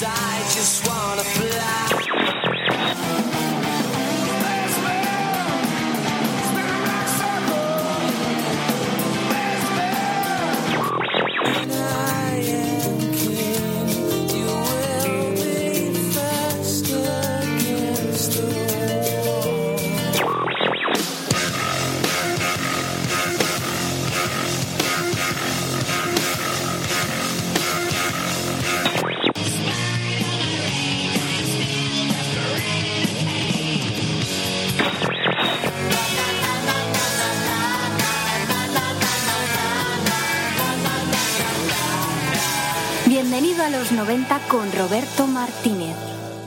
Bienvenido a los 90 con Roberto Martínez.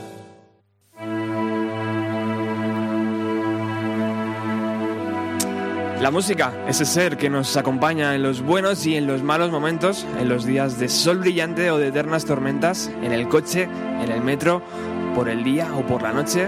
La música, ese ser que nos acompaña en los buenos y en los malos momentos, en los días de sol brillante o de eternas tormentas, en el coche, en el metro, por el día o por la noche.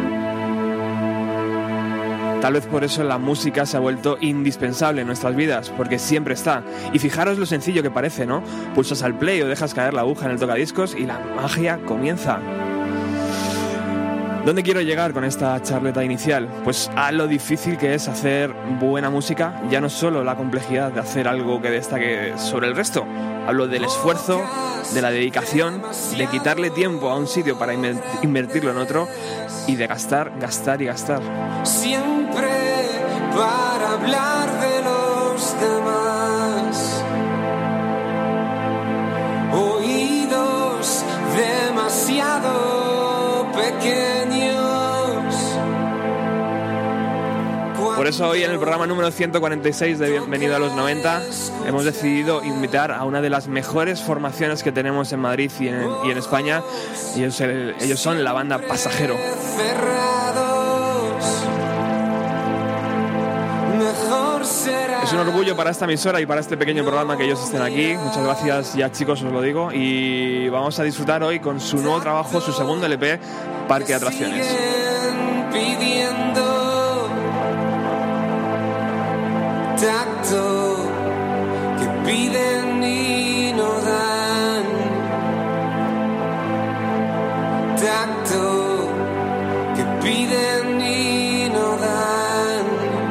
Tal vez por eso la música se ha vuelto indispensable en nuestras vidas, porque siempre está. Y fijaros lo sencillo que parece, ¿no? Pulsas al play o dejas caer la aguja en el tocadiscos y la magia comienza. ¿Dónde quiero llegar con esta charleta inicial? Pues a lo difícil que es hacer buena música, ya no solo la complejidad de hacer algo que destaque sobre el resto. Hablo del esfuerzo, de la dedicación, de quitarle tiempo a un sitio para invertirlo en otro y de gastar, gastar y gastar. Siempre para hablar de los demás. Oídos demasiado pequeños. Por eso hoy en el programa número 146 de Bienvenido a los 90 hemos decidido invitar a una de las mejores formaciones que tenemos en Madrid y en España. Ellos son la banda Pasajero. Es un orgullo para esta emisora y para este pequeño programa que ellos estén aquí. Muchas gracias ya, chicos, os lo digo. Y vamos a disfrutar hoy con su nuevo trabajo, su segundo LP, Parque de Atracciones. Tacto que piden y no dan. Tacto que piden y no dan.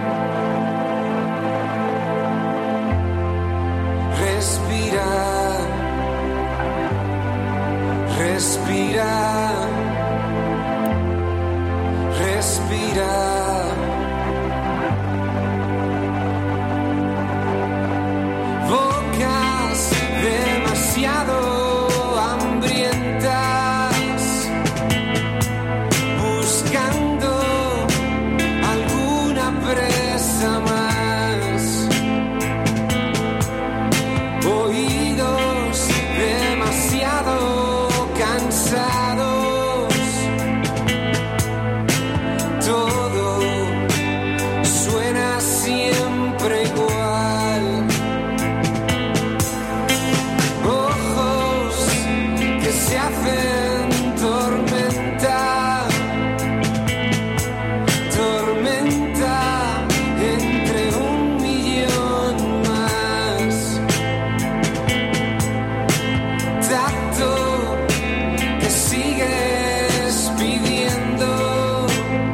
Respira, respira, respira. Demasiado hambrientas, buscando alguna presa más. Oídos demasiado cansados. Todo suena siempre igual. Se hacen tormenta, tormenta entre un millón más. Tacto que sigues pidiendo,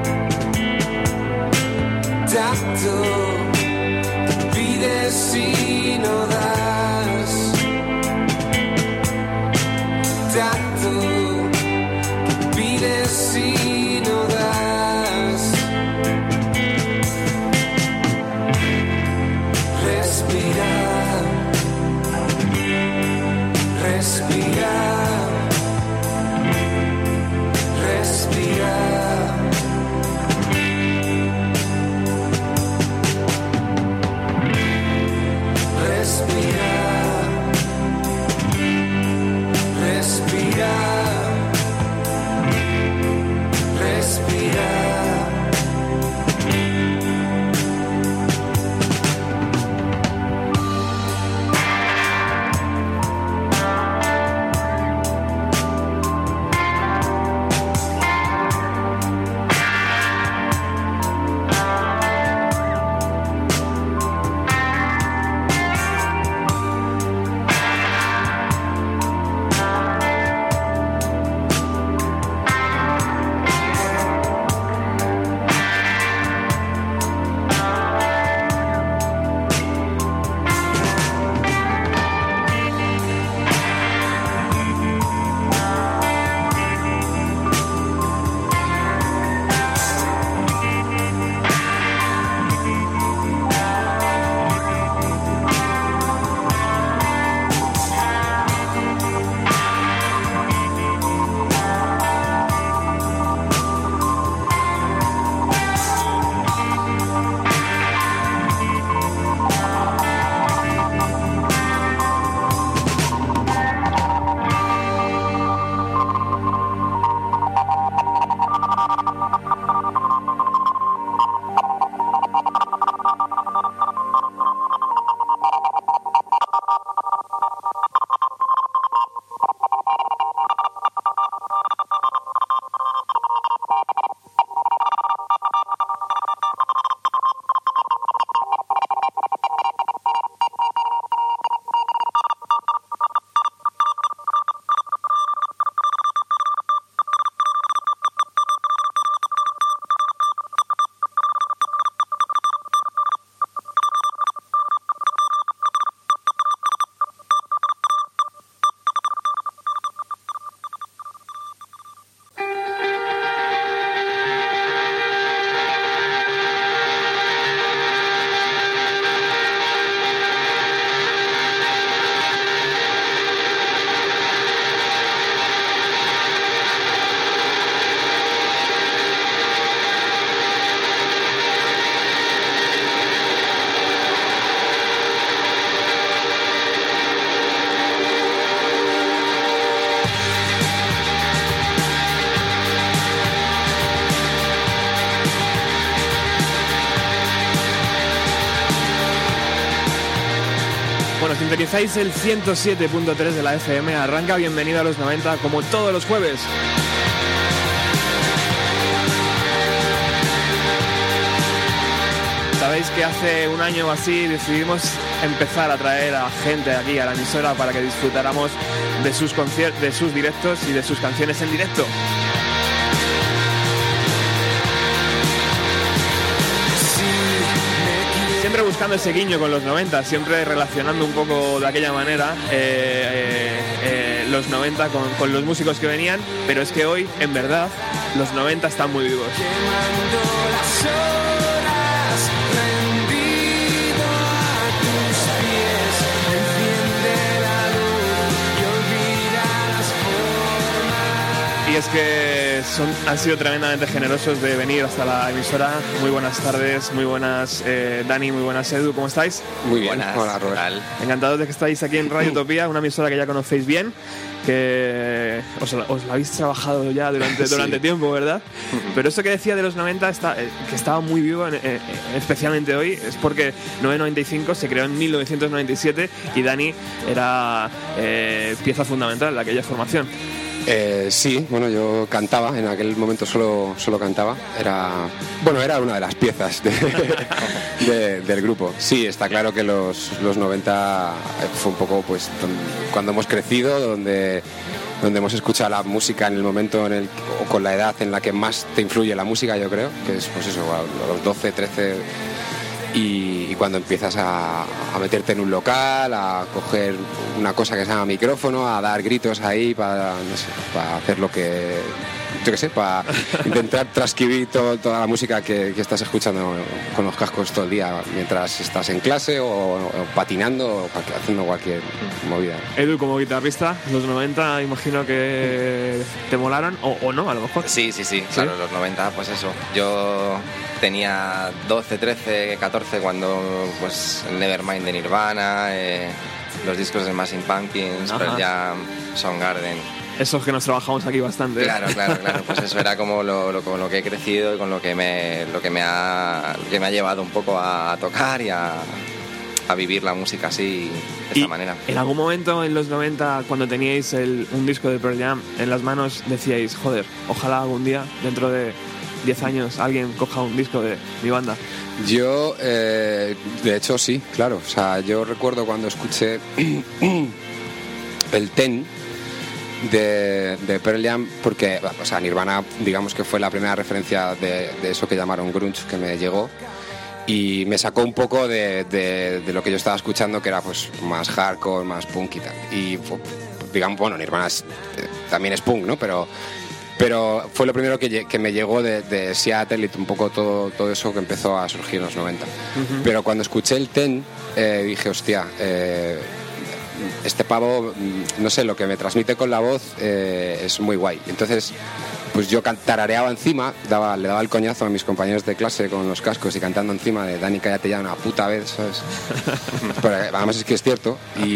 tacto que pides y no das. Tacto que pides y no das. Respira, respira, respira. Respira. Sintonizáis el 107.3 de la FM, arranca Bienvenido a los 90 como todos los jueves. Sabéis que hace un año o así decidimos empezar a traer a gente aquí a la emisora para que disfrutáramos de sus de sus directos y de sus canciones en directo. Siempre buscando ese guiño con los 90, siempre relacionando un poco de aquella manera los 90 con los músicos que venían, pero es que hoy, en verdad, los 90 están muy vivos. Y es que han sido tremendamente generosos de venir hasta la emisora. Muy buenas tardes, muy buenas Dani, muy buenas Edu, ¿cómo estáis? Muy bien, buenas. Hola Robert. Encantados de que estáis aquí en Radio Utopía, una emisora que ya conocéis bien, que os la habéis trabajado ya durante tiempo, ¿verdad? Pero eso que decía de los 90, que estaba muy vivo, especialmente hoy, es porque 995 se creó en 1997 y Dani era pieza fundamental de aquella formación. Sí, bueno, yo cantaba, en aquel momento solo cantaba, era una de las piezas del grupo. Sí, está claro que los 90 fue un poco pues cuando hemos crecido, donde hemos escuchado la música en el momento o con la edad en la que más te influye la música, yo creo, que es pues eso, a los 12, 13... Y cuando empiezas a meterte en un local, a coger una cosa que se llama micrófono, a dar gritos ahí para hacer lo que... yo qué sé, para intentar transcribir toda la música que estás escuchando con los cascos todo el día mientras estás en clase o patinando o haciendo cualquier movida. Edu, como guitarrista, los 90 imagino que te molaron o no, a lo mejor. Sí, claro, los 90, pues eso. Yo tenía 12, 13, 14 cuando pues el Nevermind de Nirvana, los discos de Smashing Pumpkins, Pearl Jam, Soundgarden. Esos que nos trabajamos aquí bastante. Claro, pues eso era como con lo que he crecido y con lo que me ha llevado un poco a tocar y a vivir la música así, de esta manera. ¿En algún momento en los 90, cuando teníais un disco de Pearl Jam en las manos, decíais, joder, ojalá algún día, dentro de 10 años, alguien coja un disco de mi banda? Yo, de hecho, sí, claro. O sea, yo recuerdo cuando escuché el Ten de Pearl Jam, porque o sea, Nirvana, digamos que fue la primera referencia de eso que llamaron grunge que me llegó y me sacó un poco de lo que yo estaba escuchando, que era pues más hardcore, más punk y tal. Y digamos, bueno, Nirvana también es punk, ¿no? Pero fue lo primero que me llegó de Seattle y un poco todo eso que empezó a surgir en los 90. Pero cuando escuché el Ten, dije, hostia, este pavo, no sé, lo que me transmite con la voz es muy guay. Entonces, pues yo tarareaba encima, le daba el coñazo a mis compañeros de clase con los cascos y cantando encima de Dani, cállate ya una puta vez, ¿sabes? Pero además es que es cierto.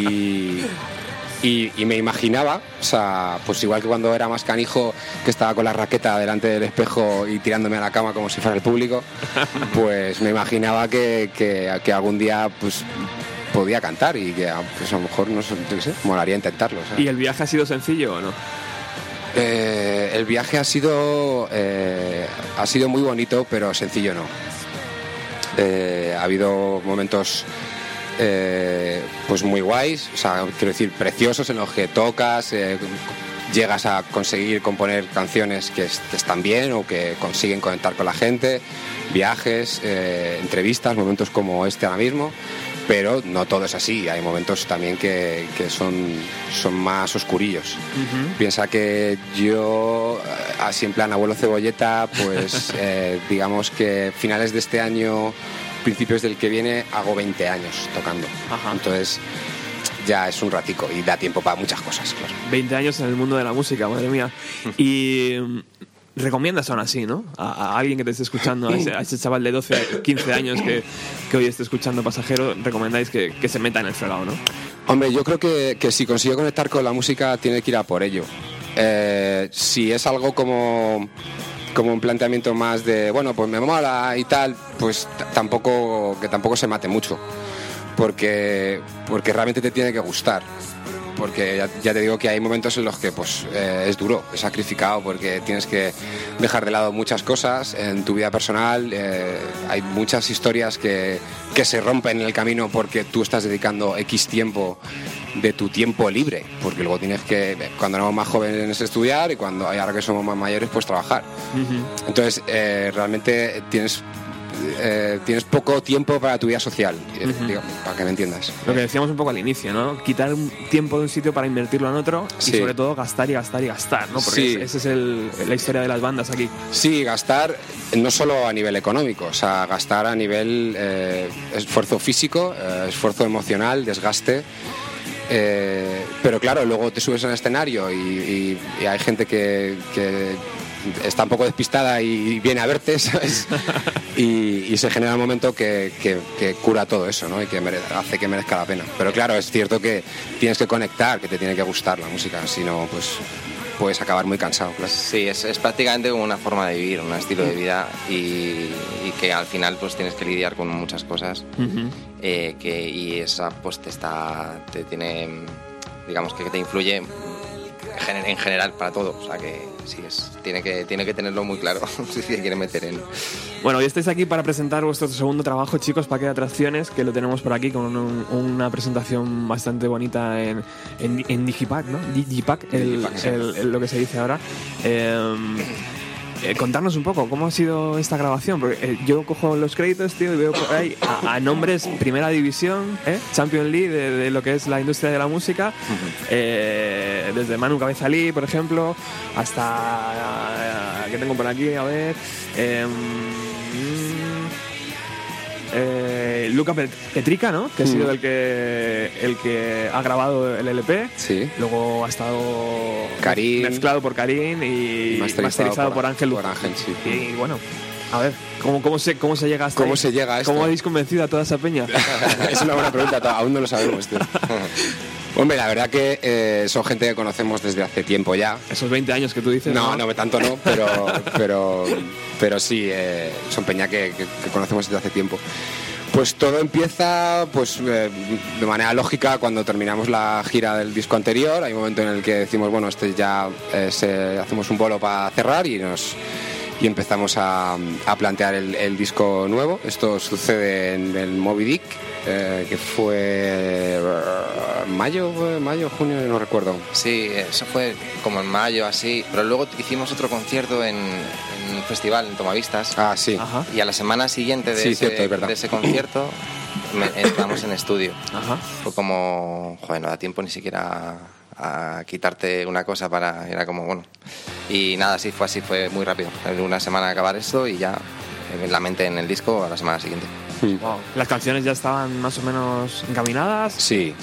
Y me imaginaba, o sea, pues igual que cuando era más canijo, que estaba con la raqueta delante del espejo y tirándome a la cama como si fuera el público, pues me imaginaba que algún día pues podía cantar y que pues a lo mejor, no sé, molaría intentarlo, ¿sabes? ¿Y el viaje ha sido sencillo o no? El viaje ha sido muy bonito, pero sencillo no. Ha habido momentos pues muy guays, o sea, quiero decir, preciosos, en los que tocas, llegas a conseguir componer canciones que están bien o que consiguen conectar con la gente, viajes, entrevistas, momentos como este ahora mismo. Pero no todo es así, hay momentos también que son más oscurillos. Piensa que yo, así en plan abuelo cebolleta, pues digamos que finales de este año, principios del que viene, hago 20 años tocando. Entonces ya es un ratico y da tiempo para muchas cosas, claro. 20 años en el mundo de la música, madre mía. Y recomiendas aún así, ¿no? A alguien que te esté escuchando, a ese chaval de 12, 15 años que hoy esté escuchando Pasajero, recomendáis que se meta en el fregado, ¿no? Hombre, yo creo que si consigue conectar con la música tiene que ir a por ello. Si es algo como un planteamiento más de, bueno, pues me mola y tal, pues tampoco se mate mucho. porque realmente te tiene que gustar. Porque ya te digo que hay momentos en los que pues es duro, es sacrificado, porque tienes que dejar de lado muchas cosas en tu vida personal. Hay muchas historias que se rompen en el camino porque tú estás dedicando X tiempo de tu tiempo libre, porque luego tienes que, cuando éramos más jóvenes, estudiar, y ahora que somos más mayores, pues trabajar. Uh-huh. Entonces realmente tienes poco tiempo para tu vida social, uh-huh. Digo, para que me entiendas. Lo que decíamos un poco al inicio, ¿no? Quitar un tiempo de un sitio para invertirlo en otro, sí. Y sobre todo gastar y gastar y gastar, ¿no? Porque sí. Esa es la historia de las bandas aquí. Sí, gastar no solo a nivel económico, o sea, gastar a nivel esfuerzo físico, esfuerzo emocional, desgaste. Pero claro, luego te subes al escenario y hay gente que está un poco despistada y viene a verte, ¿sabes? y se genera un momento que cura todo eso, ¿no? Y que hace que merezca la pena. Pero claro, es cierto que tienes que conectar, que te tiene que gustar la música, si no, pues puedes acabar muy cansado, claro. Sí, es prácticamente como una forma de vivir, un estilo de vida, y que al final pues tienes que lidiar con muchas cosas, uh-huh. Y esa pues te tiene, digamos que te influye en general para todo, o sea que sí, tiene que tenerlo muy claro si se quiere meter en... Bueno, hoy estáis aquí para presentar vuestro segundo trabajo, chicos, Paquete de Atracciones, que lo tenemos por aquí con una presentación bastante bonita en Digipack, ¿no? Digipack, lo que se dice ahora. Contarnos un poco cómo ha sido esta grabación, porque yo cojo los créditos, tío, y veo por ahí a nombres Primera División, Champions League de lo que es la industria de la música, uh-huh. Desde Manu Cabezalí, por ejemplo, hasta ¿qué tengo por aquí? A ver, Luca Petrica, ¿no? Que ha sido el que ha grabado el LP. Sí. Luego ha estado Karim, mezclado por Karim y masterizado por Ángel. Por Ángel, sí. Y bueno, a ver, ¿cómo se llega hasta ¿Cómo ahí? se llega a esto? ¿Cómo habéis convencido a toda esa peña? Es una buena pregunta, aún no lo sabemos, tío. Hombre, la verdad que son gente que conocemos desde hace tiempo ya. Esos 20 años que tú dices. No, tanto no, pero sí, son peña que conocemos desde hace tiempo. Pues todo empieza pues de manera lógica cuando terminamos la gira del disco anterior. Hay un momento en el que decimos, bueno, ya hacemos un bolo para cerrar y empezamos a plantear el disco nuevo. Esto sucede en el Moby Dick, que fue mayo, junio, no recuerdo. Sí, eso fue como en mayo, así. Pero luego hicimos otro concierto en un festival en Tomavistas. Ah, sí. Ajá. Y a la semana siguiente de ese concierto entramos en estudio. Ajá. Fue como, joder, no da tiempo ni siquiera a quitarte una cosa era como, bueno. Y nada, sí, fue muy rápido. Una semana acabar esto y ya la mente en el disco a la semana siguiente. Wow. ¿Las canciones ya estaban más o menos encaminadas? Sí.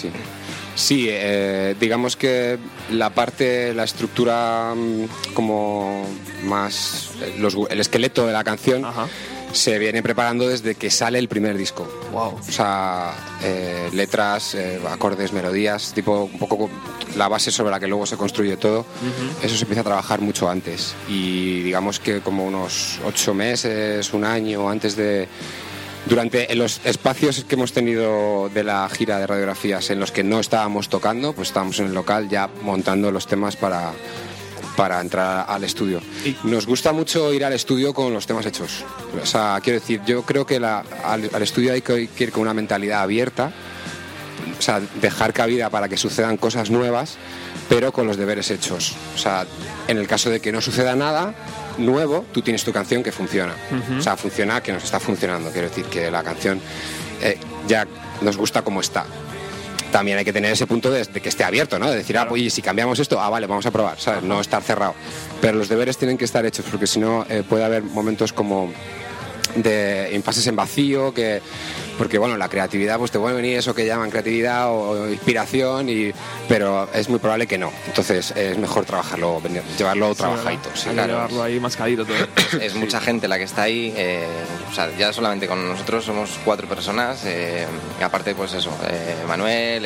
Sí, digamos que la estructura como más el esqueleto de la canción, ajá, se viene preparando desde que sale el primer disco. Wow. O sea, letras, acordes, melodías, tipo un poco la base sobre la que luego se construye todo. Uh-huh. Eso se empieza a trabajar mucho antes. Y digamos que como unos 8 meses, un año antes de... Durante los espacios que hemos tenido de la gira de radiografías en los que no estábamos tocando, pues estábamos en el local ya montando los temas para entrar al estudio. Nos gusta mucho ir al estudio con los temas hechos. O sea, quiero decir, yo creo que al estudio hay que ir con una mentalidad abierta, o sea, dejar cabida para que sucedan cosas nuevas, pero con los deberes hechos. O sea, en el caso de que no suceda nada nuevo, tú tienes tu canción que funciona. Uh-huh. O sea, funciona, que nos está funcionando. Quiero decir que la canción ya nos gusta como está. También hay que tener ese punto de que esté abierto, ¿no? De decir, claro, oye, si cambiamos esto, vale, vamos a probar, ¿sabes? No estar cerrado. Pero los deberes tienen que estar hechos, porque si no puede haber momentos como de impases en vacío, porque bueno, la creatividad, pues te puede venir eso que llaman creatividad o inspiración, pero es muy probable que no. Entonces es mejor trabajarlo, llevarlo trabajadito. Sí, claro. Llevarlo ahí mascadito todo. Es mucha gente la que está ahí, o sea, ya solamente con nosotros somos 4 personas, y aparte pues eso, Manuel,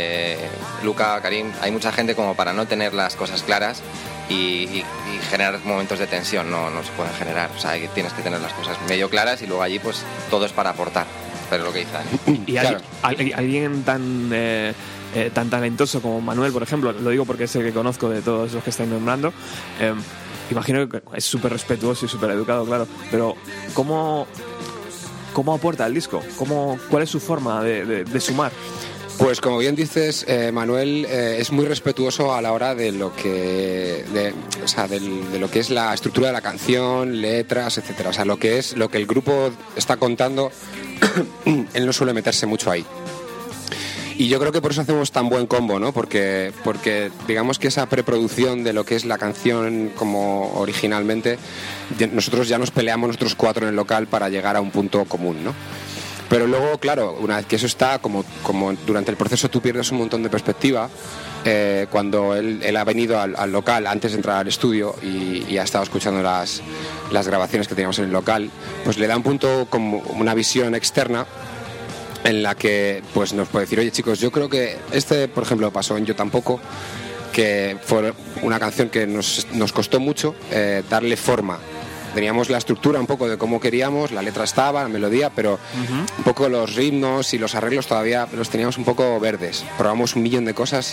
Luca, Karim, hay mucha gente como para no tener las cosas claras y generar momentos de tensión no se pueden generar. O sea, tienes que tener las cosas medio claras y luego allí pues todo es para aportar. pero lo que dice. Y Claro. alguien tan talentoso como Manuel, por ejemplo, lo digo porque es el que conozco de todos los que estáis nombrando, imagino que es súper respetuoso y súper educado, claro, pero ¿cómo aporta el disco? ¿Cuál es su forma de sumar? Pues como bien dices, Manuel es muy respetuoso a la hora de lo que de lo que es la estructura de la canción, letras, etcétera. O sea, lo que el grupo está contando, él no suele meterse mucho ahí. Y yo creo que por eso hacemos tan buen combo, ¿no? Porque digamos que esa preproducción de lo que es la canción como originalmente, nosotros ya nos peleamos nosotros cuatro en el local para llegar a un punto común, ¿no? Pero luego, claro, una vez que eso está, como durante el proceso tú pierdes un montón de perspectiva, cuando él ha venido al local antes de entrar al estudio y ha estado escuchando las grabaciones que teníamos en el local, pues le da un punto como una visión externa en la que pues nos puede decir, oye chicos, yo creo que por ejemplo pasó en Yo Tampoco, que fue una canción que nos costó mucho darle forma. Teníamos la estructura un poco de cómo queríamos, la letra estaba, la melodía, pero un poco los ritmos y los arreglos todavía los teníamos un poco verdes. Probamos un millón de cosas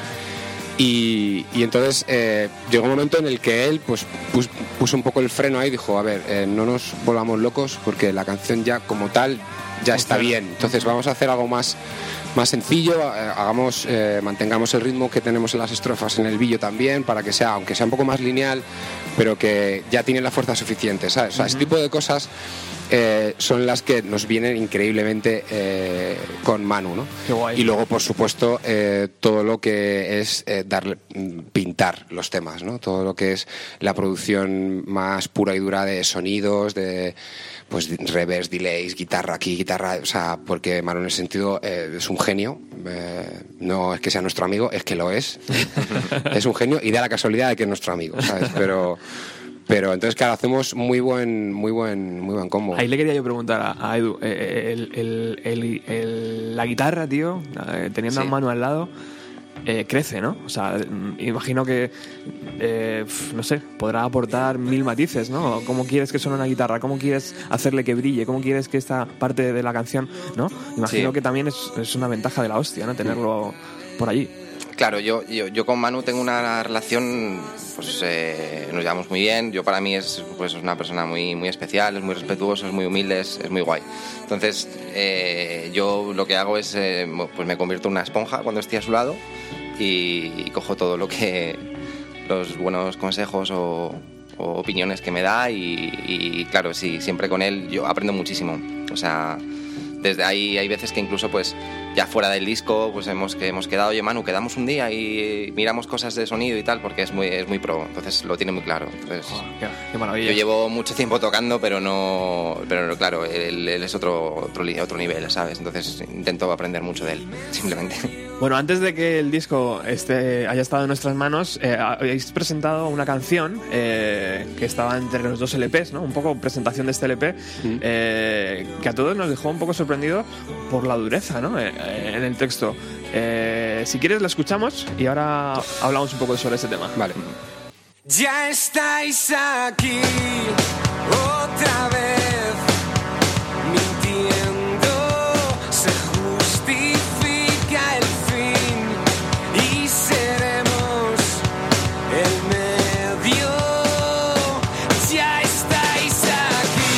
y entonces llegó un momento en el que él pues puso un poco el freno ahí y dijo, a ver, no nos volvamos locos porque la canción ya como tal ya está bien, entonces vamos a hacer algo más sencillo, mantengamos el ritmo que tenemos en las estrofas en el billo también, para que sea, aunque sea un poco más lineal, pero que ya tiene la fuerza suficiente, ¿sabes? O sea, ese tipo de cosas son las que nos vienen increíblemente con Manu, ¿no? Qué guay. Y luego, por supuesto, todo lo que es pintar los temas, ¿no? Todo lo que es la producción más pura y dura de sonidos, de pues reverbs, delays, guitarra aquí, guitarra, o sea, porque Manu en ese sentido es un genio, no es que sea nuestro amigo, es que lo es. Es un genio y da la casualidad de que es nuestro amigo, ¿sabes? Pero entonces, claro, hacemos muy buen combo. Ahí le quería yo preguntar a Edu, la guitarra, tío, teniendo a Manu al lado, crece, ¿no? O sea, imagino que, no sé, podrá aportar 1000 matices, ¿no? ¿Cómo quieres que suene una guitarra? ¿Cómo quieres hacerle que brille? ¿Cómo quieres que esta parte de la canción, ¿no? Imagino que también es una ventaja de la hostia, ¿no? Tenerlo por allí. Claro, yo con Manu tengo una relación, pues nos llevamos muy bien. Yo para mí es una persona muy, muy especial, es muy respetuoso, es muy humilde, es muy guay. Entonces yo lo que hago es, pues me convierto en una esponja cuando estoy a su lado y cojo todo los buenos consejos o opiniones que me da y claro, sí, siempre con él yo aprendo muchísimo. O sea, desde ahí hay veces que incluso pues ya fuera del disco pues hemos quedado, oye Manu, quedamos un día y miramos cosas de sonido y tal, porque es muy pro, entonces lo tiene muy claro. Entonces, qué maravilla. Yo llevo mucho tiempo tocando, pero claro, él es otro nivel, ¿sabes? Entonces intento aprender mucho de él, simplemente. Bueno, antes de que el disco haya estado en nuestras manos, habéis presentado una canción que estaba entre los dos LPs, ¿no? Un poco presentación de este LP, que a todos nos dejó un poco sorprendido por la dureza, ¿no? En el texto. Si quieres la escuchamos y ahora hablamos un poco sobre ese tema. Vale. Ya estáis aquí otra vez, mintiendo, se justifica el fin y seremos el medio. Ya estáis aquí.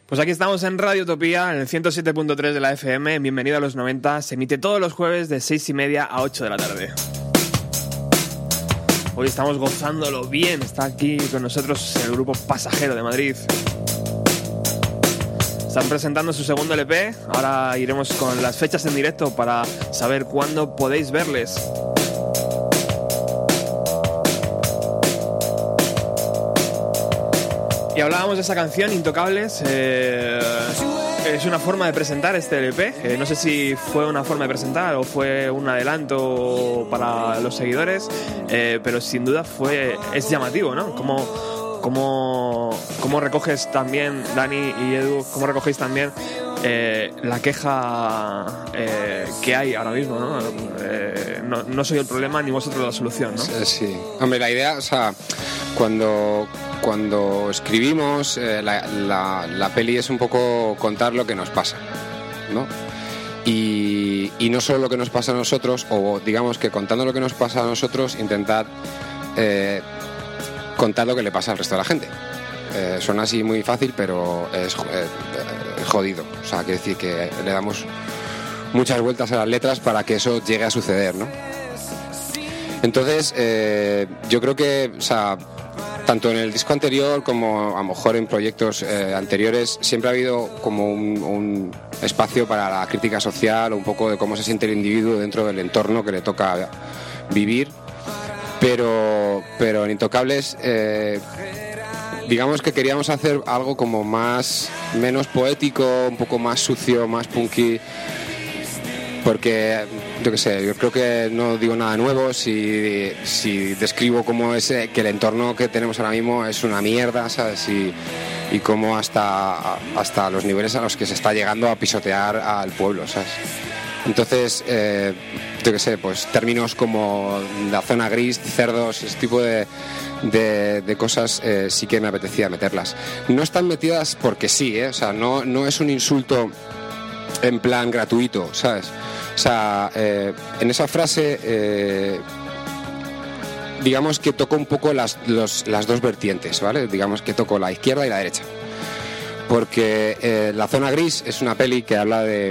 Pues aquí estamos en Radio Utopía, en el 107.3 de la FM. Bienvenido a los 90. Se emite todos los jueves de 6:30 a 8 de la tarde. Hoy estamos gozándolo bien. Está aquí con nosotros el grupo Pasajero de Madrid. Están presentando su segundo LP. Ahora iremos con las fechas en directo para saber cuándo podéis verles. Y hablábamos de esa canción, Intocables. Es una forma de presentar este LP. No sé si fue una forma de presentar o fue un adelanto para los seguidores, pero sin duda es llamativo, ¿no? ¿Cómo recoges también, Dani y Edu, cómo recogéis también la queja que hay ahora mismo, ¿no? No soy el problema ni vosotros la solución, ¿no? Sí. Hombre, la idea, o sea, cuando escribimos la peli es un poco contar lo que nos pasa, ¿no? Y no solo lo que nos pasa a nosotros, o digamos que contando lo que nos pasa a nosotros, intentar contar lo que le pasa al resto de la gente. Suena así muy fácil, pero es jodido. O sea, quiere decir que le damos muchas vueltas a las letras para que eso llegue a suceder, ¿no? Entonces, yo creo que, o sea, tanto en el disco anterior como a lo mejor en proyectos anteriores, siempre ha habido como un espacio para la crítica social, un poco de cómo se siente el individuo dentro del entorno que le toca vivir. Pero en Intocables, digamos que queríamos hacer algo como menos poético, un poco más sucio, más punky. Porque, yo qué sé, yo creo que no digo nada nuevo si describo cómo es que el entorno que tenemos ahora mismo es una mierda, ¿sabes? Y cómo hasta los niveles a los que se está llegando a pisotear al pueblo, ¿sabes? Entonces, yo qué sé, pues términos como la zona gris, cerdos, ese tipo de cosas sí que me apetecía meterlas. No están metidas porque sí, o sea, no es un insulto en plan gratuito, ¿sabes? O sea, en esa frase, digamos que toco un poco las dos vertientes, ¿vale? Digamos que toco la izquierda y la derecha. Porque La zona gris es una peli que habla de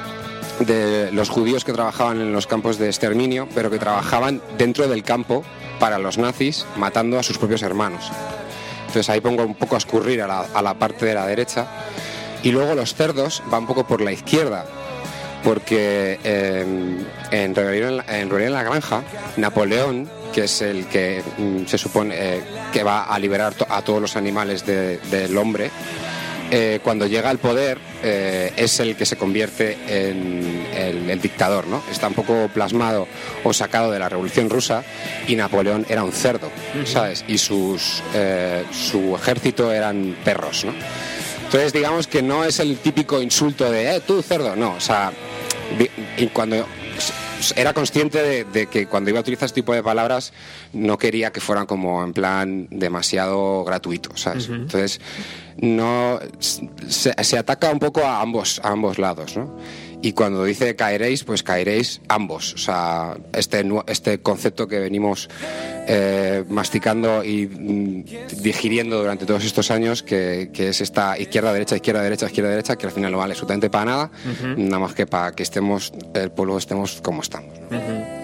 los judíos que trabajaban en los campos de exterminio, pero que trabajaban dentro del campo para los nazis, matando a sus propios hermanos. Entonces ahí pongo un poco a escurrir a la parte de la derecha. Y luego Los cerdos va un poco por la izquierda, porque en Rebelión en la Granja, Napoleón, que es el que se supone que va a liberar a todos los animales del hombre, cuando llega al poder es el que se convierte en el dictador, ¿no? Está un poco plasmado o sacado de la Revolución Rusa, y Napoleón era un cerdo, ¿sabes? Y su ejército eran perros, ¿no? Entonces, digamos que no es el típico insulto de tú cerdo, no, o sea, y cuando era consciente de que cuando iba a utilizar este tipo de palabras no quería que fueran como en plan demasiado gratuito, ¿sabes? Entonces no se ataca un poco a ambos lados, ¿no? Y cuando dice caeréis, pues caeréis ambos. O sea, este concepto que venimos masticando y digiriendo durante todos estos años, que es esta izquierda-derecha, izquierda-derecha, izquierda-derecha, que al final no vale absolutamente para nada, nada más que para que el pueblo estemos como estamos, ¿no?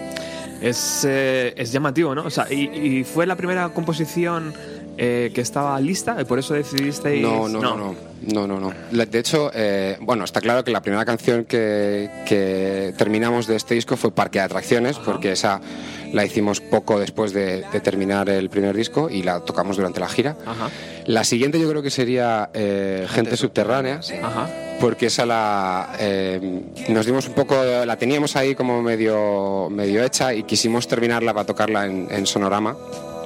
Es llamativo, ¿no? O sea, y fue la primera composición que estaba lista, y por eso decidisteis... No. De hecho, bueno, está claro que la primera canción que terminamos de este disco fue Parque de Atracciones, porque esa la hicimos poco después de terminar el primer disco y la tocamos durante la gira. La siguiente yo creo que sería Gente Subterránea, porque esa nos dimos un poco, la teníamos ahí como medio hecha y quisimos terminarla para tocarla en Sonorama.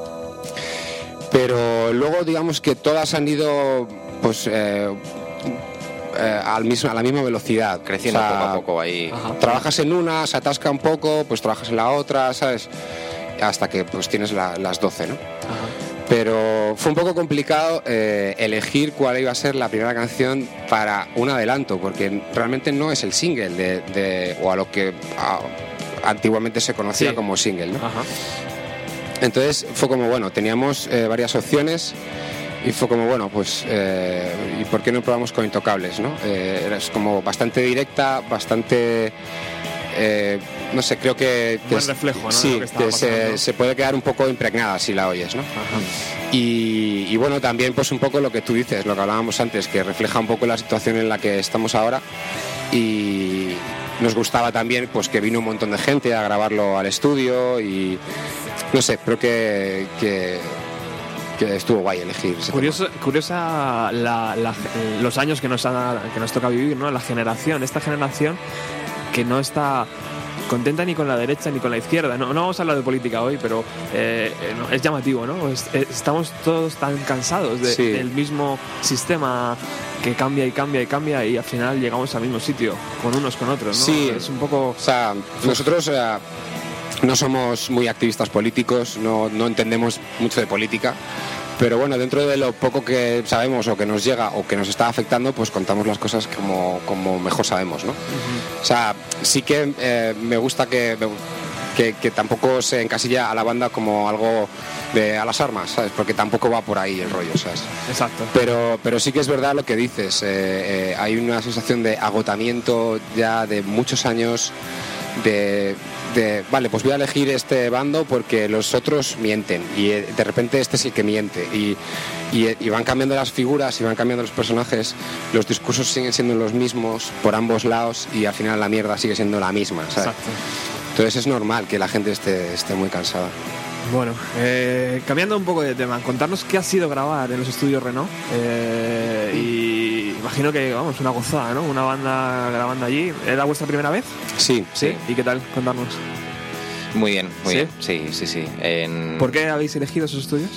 Pero luego digamos que todas han ido pues a la misma velocidad, creciendo, o sea, poco a poco ahí. Trabajas en una, se atasca un poco, pues trabajas en la otra, ¿sabes? Hasta que pues tienes las 12, ¿no? Pero fue un poco complicado elegir cuál iba a ser la primera canción para un adelanto, porque realmente no es el single o a lo que antiguamente se conocía como single, ¿no? Entonces fue como, bueno, teníamos varias opciones Y fue como, bueno, pues, ¿y por qué no probamos con Intocables, no? Es como bastante directa, bastante... no sé, creo que buen reflejo, ¿no? Sí, que se puede quedar un poco impregnada si la oyes, ¿no? Y bueno, también pues un poco lo que tú dices, lo que hablábamos antes, que refleja un poco la situación en la que estamos ahora. Y nos gustaba también pues que vino un montón de gente a grabarlo al estudio y no sé, creo que estuvo guay elegir ese curiosa los años que nos toca vivir, ¿no? Esta generación que no está contenta ni con la derecha ni con la izquierda. No vamos a hablar de política hoy, pero es llamativo, ¿no? Estamos todos tan cansados del mismo sistema que cambia y cambia y cambia, y al final llegamos al mismo sitio, con unos con otros, ¿no? Sí, es un poco... O sea, nosotros no somos muy activistas políticos, no entendemos mucho de política, pero bueno, dentro de lo poco que sabemos o que nos llega o que nos está afectando, pues contamos las cosas como mejor sabemos, ¿no? O sea, sí que me gusta que tampoco se encasilla a la banda como algo a las armas, ¿sabes? Porque tampoco va por ahí el rollo, ¿sabes? Exacto. Pero sí que es verdad lo que dices, hay una sensación de agotamiento ya de muchos años vale, pues voy a elegir este bando porque los otros mienten y de repente este es el que miente y van cambiando las figuras y van cambiando los personajes, los discursos siguen siendo los mismos por ambos lados y al final la mierda sigue siendo la misma, ¿sabes? Exacto. Entonces es normal que la gente esté muy cansada. Bueno, cambiando un poco de tema, contarnos qué ha sido grabar en los estudios Renault, y imagino que, vamos, una gozada, ¿no? Una banda grabando allí. ¿Era vuestra primera vez? Sí. ¿Y qué tal? Contarnos. Muy bien, muy bien. Sí. ¿Por qué habéis elegido esos estudios?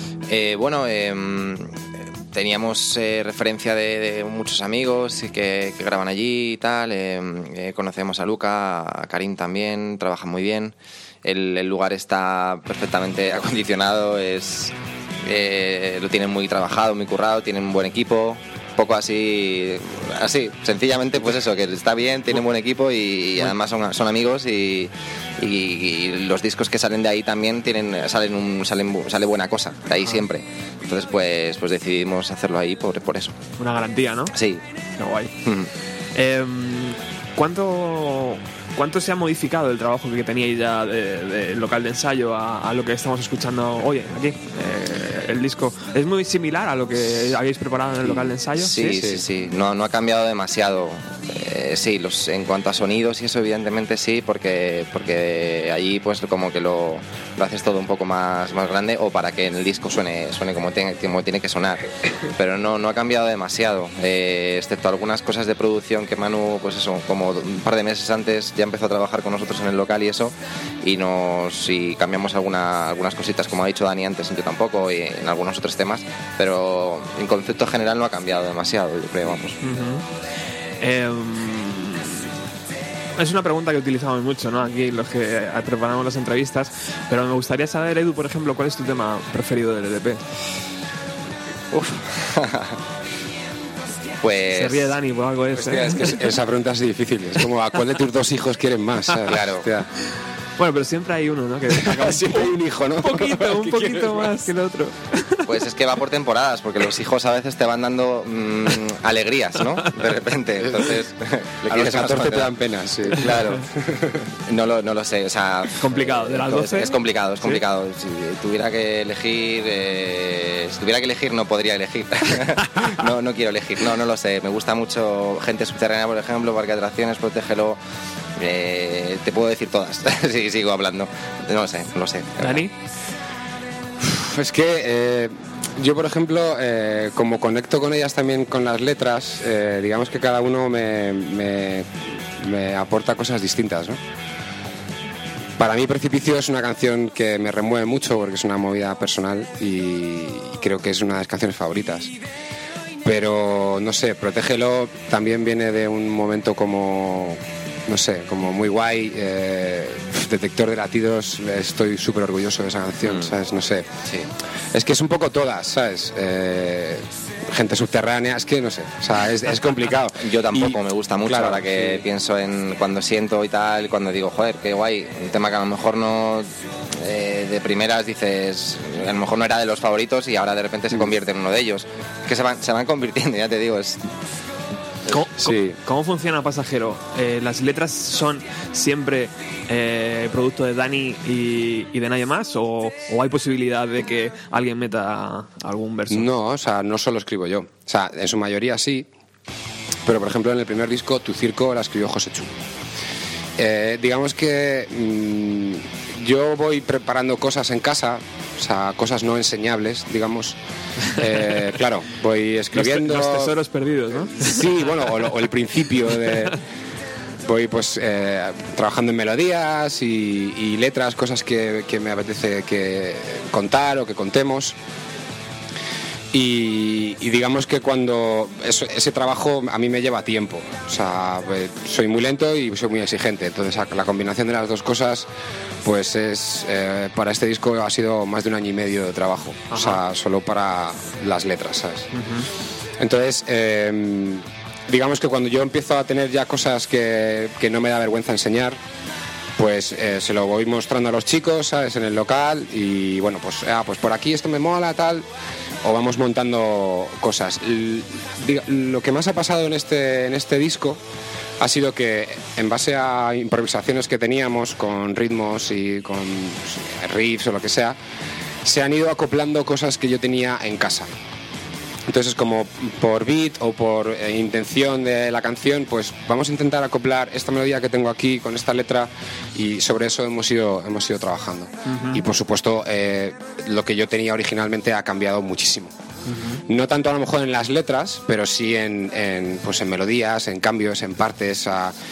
Teníamos referencia de muchos amigos que graban allí y tal. Conocemos a Luca, a Karim también, trabajan muy bien. El lugar está perfectamente acondicionado, lo tienen muy trabajado, muy currado, tienen un buen equipo. Poco así, sencillamente pues eso, que está bien, tienen buen equipo y además son amigos y los discos que salen de ahí también sale buena cosa, de ahí siempre. Entonces pues decidimos hacerlo ahí por eso. Una garantía, ¿no? Sí. Qué guay. ¿Cuánto se ha modificado el trabajo que teníais ya del local de ensayo a lo que estamos escuchando hoy aquí? El disco es muy similar a lo que habéis preparado en el local de ensayo. Sí. No ha cambiado demasiado. En cuanto a sonidos y eso evidentemente sí, porque allí pues como que lo haces todo un poco más grande o para que en el disco suene como tiene que sonar, pero no ha cambiado demasiado, excepto algunas cosas de producción que Manu pues eso, como un par de meses antes ya empezó a trabajar con nosotros en el local y eso, y cambiamos algunas cositas, como ha dicho Dani antes, yo tampoco, y en algunos otros temas, pero en concepto general no ha cambiado demasiado, yo creo, vamos. Es una pregunta que utilizamos mucho, ¿no? Aquí los que preparamos las entrevistas, pero me gustaría saber, Edu, por ejemplo, ¿cuál es tu tema preferido del LP? Pues... Se ríe Dani por algo es que esa pregunta es difícil, es como ¿a cuál de tus dos hijos quieren más? Claro. Hostia. Bueno, pero siempre hay uno, ¿no? Que siempre hay un hijo, ¿no? Un poquito más que el otro. Pues es que va por temporadas, porque los hijos a veces te van dando alegrías, ¿no? De repente, entonces... A los 14 te dan penas, sí. Claro. No lo sé, o sea... Complicado, de las 12... Es complicado. ¿Sí? Si tuviera que elegir, no podría elegir. No quiero elegir, no lo sé. Me gusta mucho Gente Subterránea, por ejemplo, Parque de Atracciones, Protégelo... te puedo decir todas si sigo hablando, no lo sé. ¿Dani? Es que yo, por ejemplo, como conecto con ellas también con las letras, digamos que cada uno me aporta cosas distintas, ¿no? Para mí Precipicio es una canción que me remueve mucho porque es una movida personal y creo que es una de las canciones favoritas. Pero, no sé, Protégelo también viene de un momento como... No sé, como muy guay, Detector de Latidos, estoy súper orgulloso de esa canción, ¿sabes? No sé. Sí. Es que es un poco todas, ¿sabes? Gente Subterránea, es que no sé, o sea, es complicado. Yo tampoco me gusta mucho, claro, ahora que pienso en cuando siento y tal, cuando digo, joder, qué guay, un tema que a lo mejor no de primeras dices, a lo mejor no era de los favoritos y ahora de repente se convierte en uno de ellos. Que se van convirtiendo, ya te digo, es... ¿Cómo funciona Pasajero? ¿Las letras son siempre producto de Dani y de nadie más? ¿O hay posibilidad de que alguien meta algún verso? No, o sea, no solo escribo yo. O sea, en su mayoría sí. Pero, por ejemplo, en el primer disco, Tu Circo, la escribió José Chu. Digamos que yo voy preparando cosas en casa, o sea, cosas no enseñables, digamos. Claro, voy escribiendo... Los tesoros perdidos, ¿no? Sí, bueno, o el principio de... Voy pues trabajando en melodías y letras, cosas que me apetece que contar o que contemos. Y digamos que cuando ese trabajo a mí me lleva tiempo, o sea, soy muy lento y soy muy exigente, entonces la combinación de las dos cosas pues es para este disco ha sido más de 1 año y medio de trabajo. Ajá. O sea, solo para las letras, ¿sabes? Uh-huh. Entonces digamos que cuando yo empiezo a tener ya cosas que no me da vergüenza enseñar, pues se lo voy mostrando a los chicos, ¿sabes? En el local y bueno, pues por aquí esto me mola, tal, o vamos montando cosas. Lo que más ha pasado en este disco ha sido que en base a improvisaciones que teníamos con ritmos y con riffs o lo que sea, se han ido acoplando cosas que yo tenía en casa. Entonces, como por beat o por intención de la canción, pues vamos a intentar acoplar esta melodía que tengo aquí con esta letra y sobre eso hemos ido trabajando. Uh-huh. Y por supuesto, lo que yo tenía originalmente ha cambiado muchísimo. Uh-huh. No tanto a lo mejor en las letras, pero sí en melodías, en cambios, en partes.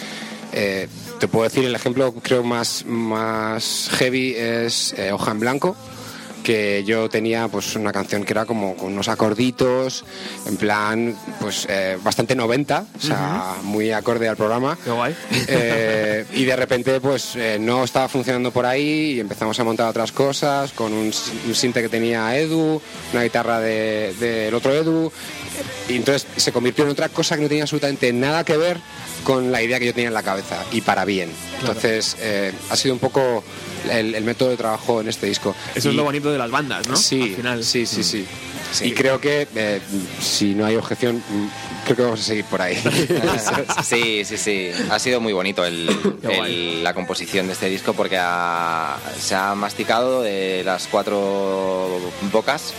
Te puedo decir el ejemplo creo más heavy es Hoja en Blanco, que yo tenía pues una canción que era como con unos acorditos en plan pues bastante 90, o sea, uh-huh, muy acorde al programa. Qué guay. Y de repente pues no estaba funcionando por ahí y empezamos a montar otras cosas con un sinte que tenía Edu, una guitarra del otro Edu, y entonces se convirtió en otra cosa que no tenía absolutamente nada que ver con la idea que yo tenía en la cabeza, y para bien. Entonces ha sido un poco el método de trabajo en este disco. Eso es lo bonito de las bandas, ¿no? Sí, al final. Sí. Y creo que si no hay objeción, creo que vamos a seguir por ahí. Sí. Ha sido muy bonito la composición de este disco porque se ha masticado de las 4 bocas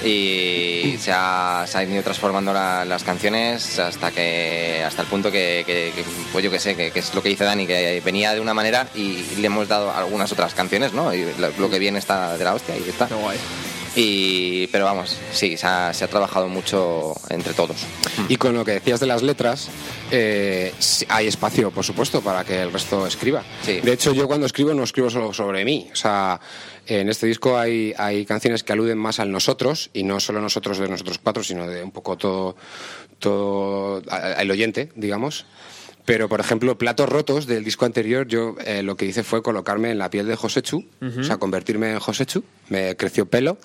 y se han ido transformando las canciones hasta el punto que pues yo que sé, que es lo que dice Dani, que venía de una manera y le hemos dado algunas otras canciones, ¿no? Y lo que viene está de la hostia, y está. Qué guay. Pero vamos, sí, se ha trabajado mucho entre todos. Y con lo que decías de las letras, hay espacio, por supuesto, para que el resto escriba. Sí. De hecho, yo cuando escribo no escribo solo sobre mí. O sea, en este disco hay canciones que aluden más al nosotros, y no solo nosotros de nosotros 4, sino de un poco todo al oyente, digamos. Pero, por ejemplo, Platos Rotos del disco anterior, yo lo que hice fue colocarme en la piel de José Chu, uh-huh, o sea, convertirme en José Chu, me creció pelo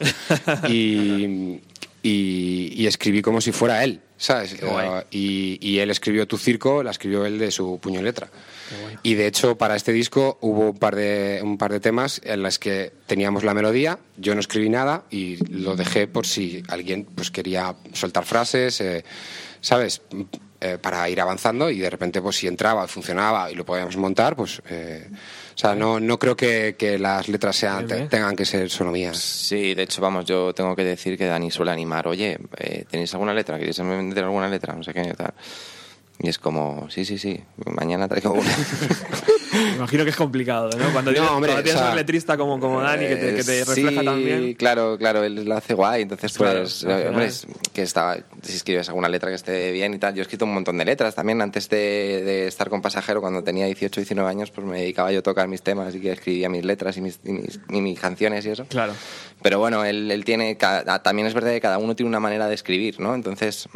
y escribí como si fuera él, ¿sabes? Y él escribió Tu Circo, la escribió él de su puño y letra. Y de hecho, para este disco hubo un par de temas en los que teníamos la melodía, yo no escribí nada y lo dejé por si alguien pues quería soltar frases, ¿sabes? Para ir avanzando, y de repente pues si entraba, funcionaba y lo podíamos montar, pues o sea, no creo que las letras tengan que ser solo mías. Sí, de hecho, vamos, yo tengo que decir que Dani suele animar, oye, ¿tenéis alguna letra? ¿Queréis meter alguna letra? No sé qué, tal. Y es como, sí, mañana traigo una. Me imagino que es complicado, ¿no? Cuando tienes un letrista como Dani que te refleja sí, también. Claro, él lo hace guay, entonces pues, claro, hombre, si escribes alguna letra que esté bien y tal. Yo he escrito un montón de letras también antes de estar con Pasajero. Cuando tenía 18, 19 años, pues me dedicaba yo a tocar mis temas y que escribía mis letras y mis canciones y eso. Claro. Pero bueno, él tiene, también es verdad que cada uno tiene una manera de escribir, ¿no? Entonces,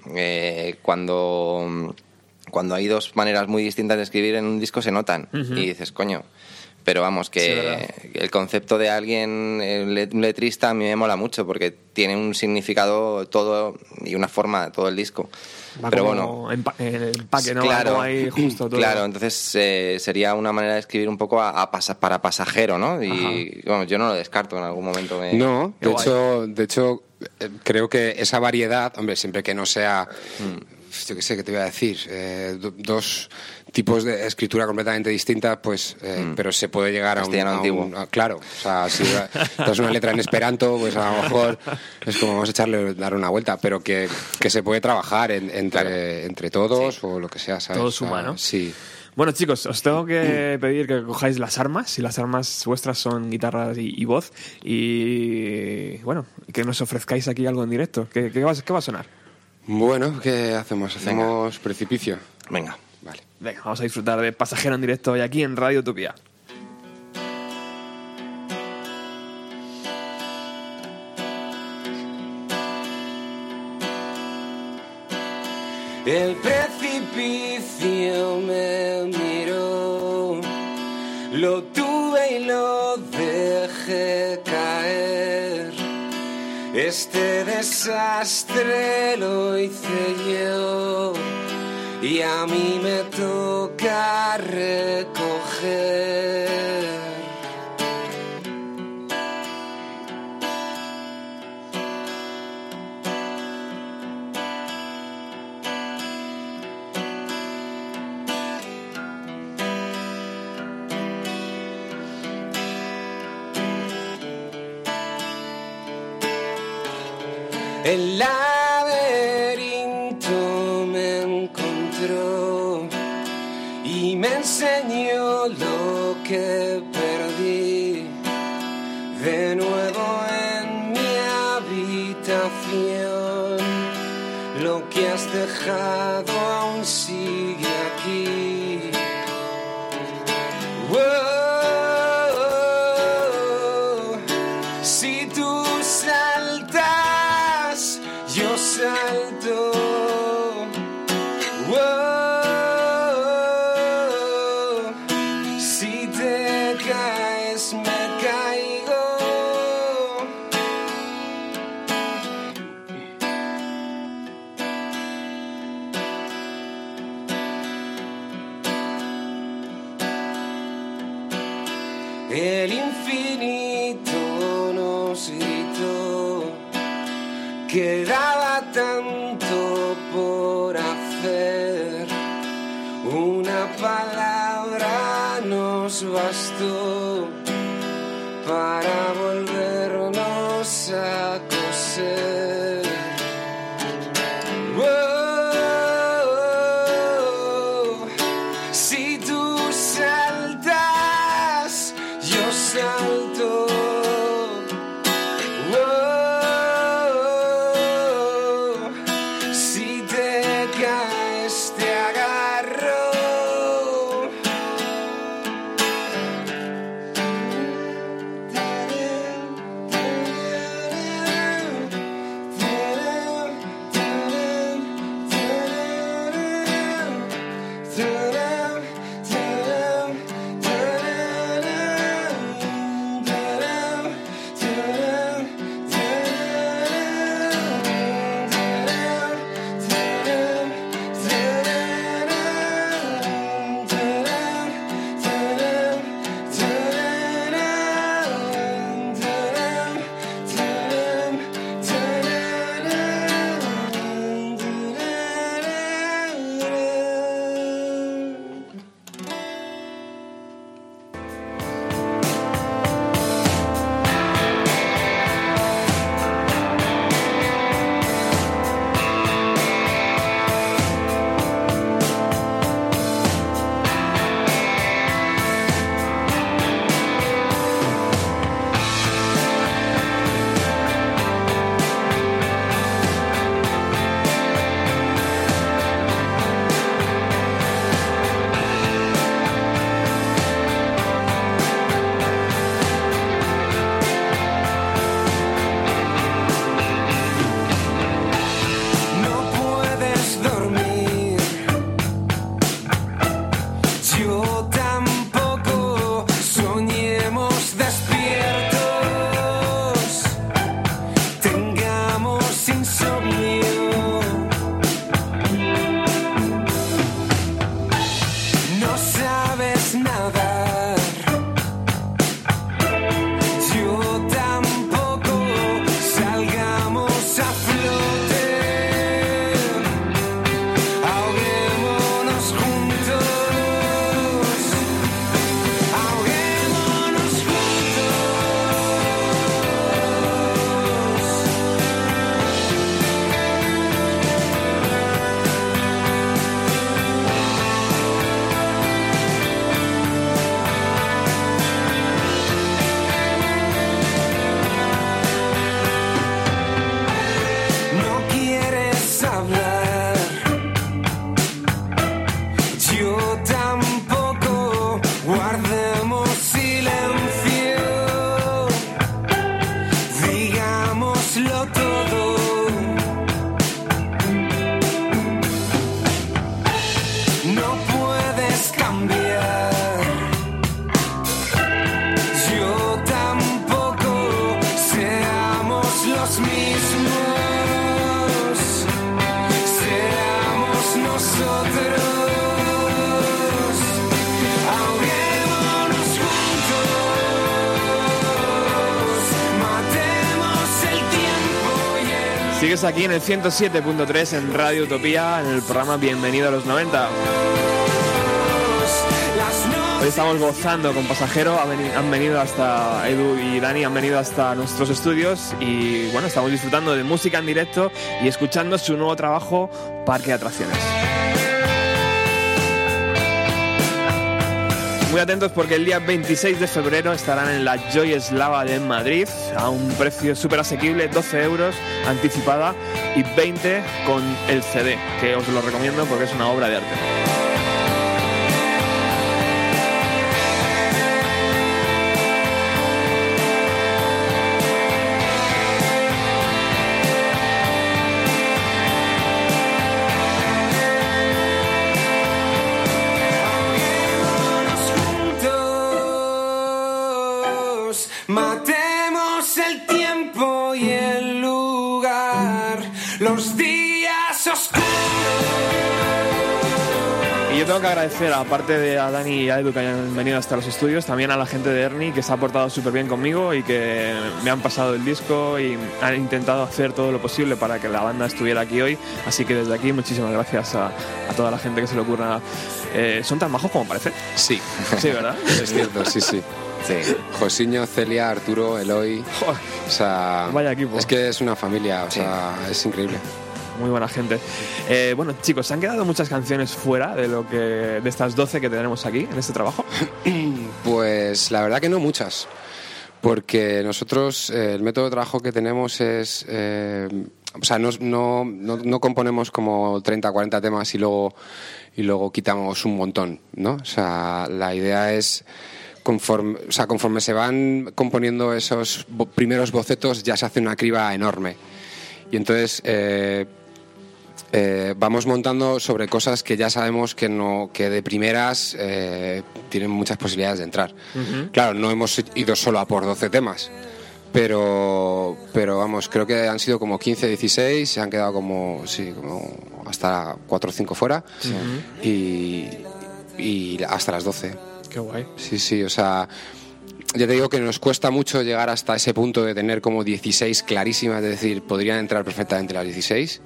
cuando hay 2 maneras muy distintas de escribir en un disco se notan, uh-huh, y dices, coño, Pero vamos, que el concepto de alguien, un letrista, a mí me mola mucho porque tiene un significado todo y una forma todo el disco. Va pero como bueno, el empaque, ¿no? Claro, Va ahí justo todo. Claro, entonces sería una manera de escribir un poco para pasajero, ¿no? Y bueno, yo no lo descarto en algún momento. No, de hecho, creo que esa variedad, hombre, siempre que no sea, yo qué sé, ¿qué te iba a decir? Dos tipos de escritura completamente distintas, pues, pero se puede llegar a antiguo. Claro, o sea, si das una letra en esperanto, pues a lo mejor es como vamos a dar una vuelta, pero que se puede trabajar entre todos o lo que sea, ¿sabes? Todo suma, ¿no? Sí. Bueno, chicos, os tengo que pedir que cojáis las armas, y las armas vuestras son guitarras y voz, y bueno, que nos ofrezcáis aquí algo en directo. ¿Qué va a sonar? Bueno, ¿qué hacemos? ¿Hacemos Precipicio? Venga. Vale. Venga, vamos a disfrutar de Pasajero en directo hoy aquí en Radio Utopía. El precipicio me miró, lo tuve y lo dejé caer. Este desastre lo hice yo y a mí me toca recoger. El laberinto me encontró y me enseñó lo que perdí. De nuevo en mi habitación, lo que has dejado aún sigue aquí. Wow, si tú saltas, yo salto. Wow, si te caes, me caigo. El infinito nos gritó, quedaba tanto por hacer. Una palabra nos bastó para volvernos a coser. Wow, si tú saltas, yo salto. Wow, Sigues aquí en el 107.3 en Radio Utopía, en el programa Bienvenido a los 90. Hoy estamos gozando con Pasajero, han venido hasta Edu y Dani, han venido hasta nuestros estudios y bueno, estamos disfrutando de música en directo y escuchando su nuevo trabajo, Parque de Atracciones. Muy atentos porque el día 26 de febrero estarán en la Joy Eslava de Madrid a un precio súper asequible, 12 euros anticipada y 20 con el CD, que os lo recomiendo porque es una obra de arte. Matemos el tiempo y el lugar, los días oscuros. Y yo tengo que agradecer, aparte de a Dani y a Edu que hayan venido hasta los estudios, también a la gente de Ernie que se ha portado súper bien conmigo y que me han pasado el disco y han intentado hacer todo lo posible para que la banda estuviera aquí hoy. Así que desde aquí muchísimas gracias a toda la gente que se le ocurra. ¿Son tan majos como parece? Sí. Sí, ¿verdad? Es cierto, sí. Sí. Josiño, Celia, Arturo, Eloy. O sea, vaya equipo. Es que es una familia, o sea, es increíble. Muy buena gente. Bueno, chicos, ¿se han quedado muchas canciones fuera de estas 12 que tenemos aquí en este trabajo? Pues la verdad que no muchas. Porque nosotros, el método de trabajo que tenemos es... o sea, no componemos como 30 o 40 temas y luego quitamos un montón, ¿no? O sea, la idea es... Conforme se van componiendo esos primeros bocetos, ya se hace una criba enorme. Y entonces vamos montando sobre cosas que ya sabemos que de primeras tienen muchas posibilidades de entrar. Uh-huh. Claro, no hemos ido solo a por 12 temas, pero vamos, creo que han sido como 15, 16, se han quedado como hasta 4 o 5 fuera. Uh-huh. y hasta las 12. Qué guay. Sí, o sea, ya te digo que nos cuesta mucho llegar hasta ese punto de tener como 16 clarísimas, es decir, podrían entrar perfectamente las 16,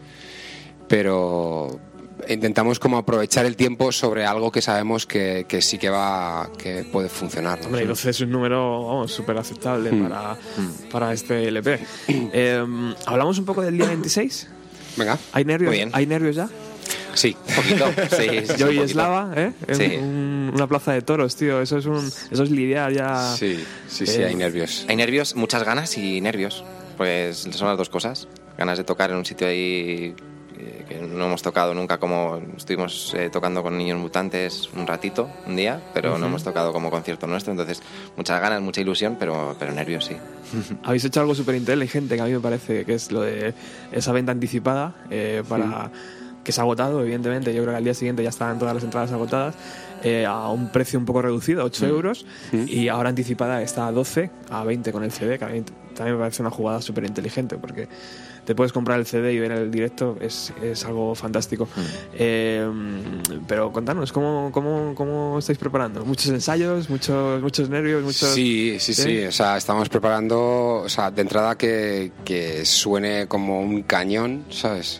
pero intentamos como aprovechar el tiempo sobre algo que sabemos que sí que puede funcionar, ¿no? Hombre, y 12 es un número súper aceptable para este LP. ¿Hablamos un poco del día 26? Venga. ¿Hay nervios ya? Sí, un poquito. Sí, Joy Eslava, ¿eh? Sí. Una plaza de toros, tío. Eso es lidiar ya. Sí, hay nervios. Hay nervios, muchas ganas y nervios. Pues son las dos cosas. Ganas de tocar en un sitio ahí que no hemos tocado nunca, como estuvimos tocando con Niños Mutantes un ratito, un día, pero no hemos tocado como concierto nuestro. Entonces, muchas ganas, mucha ilusión, pero nervios, sí. Habéis hecho algo súper inteligente que a mí me parece que es lo de esa venta anticipada para... que se ha agotado, evidentemente. Yo creo que al día siguiente ya estaban todas las entradas agotadas a un precio un poco reducido, 8 euros, y ahora anticipada está a 12, a 20 con el CD, que a mí también me parece una jugada súper inteligente porque te puedes comprar el CD y ver el directo, es algo fantástico. Pero contanos, ¿cómo estáis preparando? ¿Muchos ensayos? ¿Muchos nervios? Sí. O sea, estamos preparando, o sea, de entrada que suene como un cañón, ¿sabes?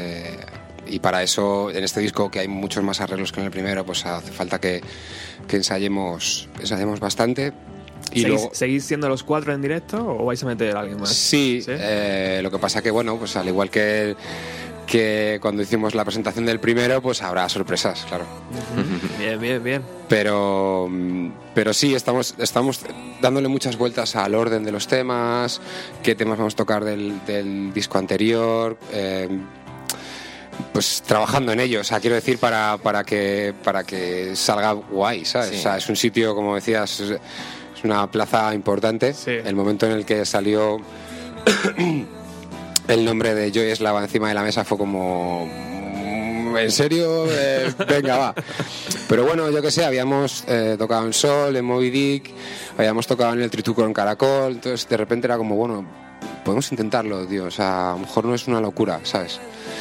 Y para eso, en este disco, que hay muchos más arreglos que en el primero, pues hace falta que ensayemos bastante. Y ¿Seguís siendo los 4 en directo o vais a meter a alguien más? Sí. Lo que pasa que, bueno, pues al igual que cuando hicimos la presentación del primero, pues habrá sorpresas, claro. Bien. Pero sí, estamos dándole muchas vueltas al orden de los temas, qué temas vamos a tocar del disco anterior, pues trabajando en ello, o sea, quiero decir, para que salga guay, ¿sabes? Sí. O sea, es un sitio, como decías, es una plaza importante. Sí. El momento en el que salió el nombre de Joy Eslava encima de la mesa fue como... ¿En serio? Venga, va. Pero bueno, yo qué sé, habíamos tocado en Sol, en Moby Dick, habíamos tocado en el Trituco en Caracol, entonces de repente era como, bueno, podemos intentarlo, tío, o sea, a lo mejor no es una locura, ¿sabes?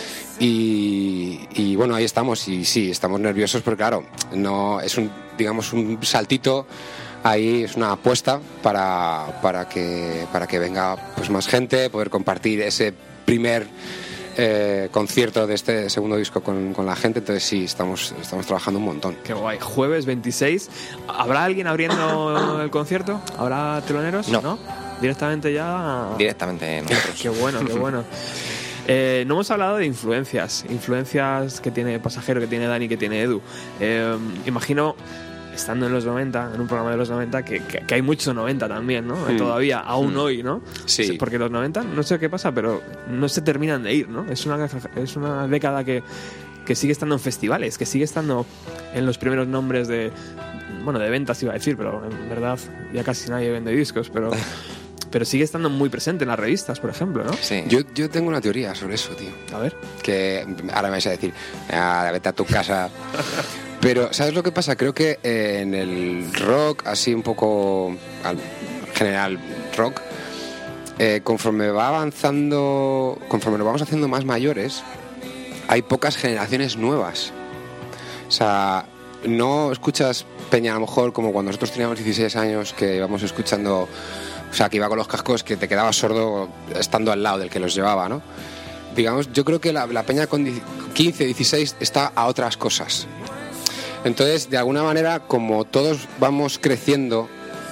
Y bueno, ahí estamos, y sí, estamos nerviosos porque claro, no es un saltito ahí es una apuesta para que venga pues más gente, poder compartir ese primer concierto de este segundo disco con la gente. Entonces sí, estamos trabajando un montón. Qué guay. Jueves 26. ¿Habrá alguien abriendo el concierto? ¿Habrá teloneros? No. Directamente ya... Directamente nosotros. Qué bueno, qué bueno. No hemos hablado de influencias que tiene Pasajero, que tiene Dani, que tiene Edu. Imagino, estando en los 90, en un programa de los 90, que hay mucho 90 también, ¿no? Todavía, aún hoy, ¿no? Sí. Porque los 90, no sé qué pasa, pero no se terminan de ir, ¿no? Es una década que sigue estando en festivales, que sigue estando en los primeros nombres de ventas, iba a decir, pero en verdad ya casi nadie vende discos, pero sigue estando muy presente en las revistas, por ejemplo, ¿no? Sí. Yo tengo una teoría sobre eso, tío. A ver. Que ahora me vais a decir, vete a tu casa. Pero, ¿sabes lo que pasa? Creo que en el rock, así un poco general rock, conforme va avanzando, conforme nos vamos haciendo más mayores, hay pocas generaciones nuevas. O sea, no escuchas peña a lo mejor como cuando nosotros teníamos 16 años, que íbamos escuchando, o sea, que iba con los cascos, que te quedabas sordo estando al lado del que los llevaba, ¿no? Digamos, yo creo que la peña con 15, 16 está a otras cosas. Entonces, de alguna manera, como todos vamos creciendo,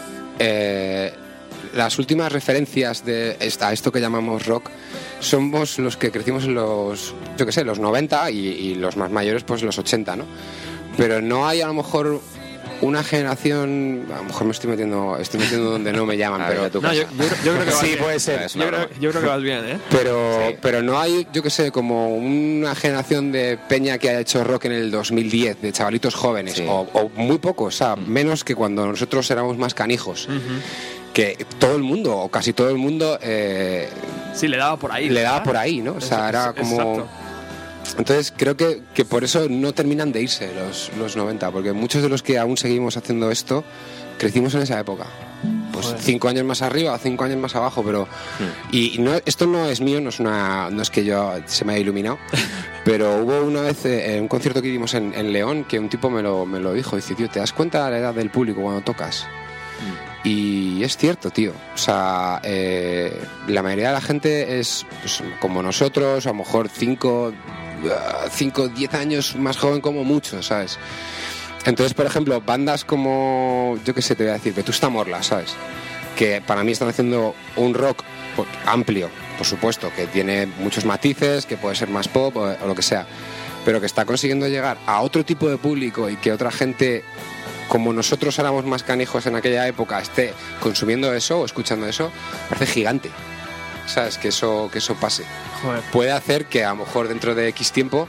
las últimas referencias a esto que llamamos rock somos los que crecimos en los 90 y los más mayores, pues los 80, ¿no? Pero no hay a lo mejor una generación, a lo mejor me estoy metiendo donde no me llaman, pero No, yo creo que vas sí, bien. puede ser. Yo creo que vas bien, ¿eh? Pero no hay, yo qué sé, como una generación de peña que haya hecho rock en el 2010, de chavalitos jóvenes, Sí. o muy pocos, o sea, menos que cuando nosotros éramos más canijos. Que todo el mundo, o casi todo el mundo, Sí, le daba por ahí. le daba ¿verdad? por ahí, ¿no? O sea, era como... Exacto. Entonces creo que por eso no terminan de irse los 90, porque muchos de los que aún seguimos haciendo esto crecimos en esa época. Pues Joder. 5 años más arriba o 5 años más abajo, pero... Y no, esto no es mío, no es que yo se me haya iluminado, pero hubo una vez en un concierto que dimos en León que un tipo me lo dijo, dice, tío, ¿te das cuenta de la edad del público cuando tocas? Y es cierto, tío. O sea, la mayoría de la gente es pues, como nosotros, a lo mejor 5, 10 años más joven como mucho, ¿sabes? Entonces, por ejemplo, bandas como, yo qué sé, te voy a decir, Vetusta Morla, ¿sabes? Que para mí están haciendo un rock amplio, por supuesto, que tiene muchos matices, que puede ser más pop o lo que sea, pero que está consiguiendo llegar a otro tipo de público y que otra gente, como nosotros éramos más canijos en aquella época, esté consumiendo eso o escuchando eso, parece gigante. ¿Sabes? Que eso pase. Joder. Puede hacer que a lo mejor dentro de X tiempo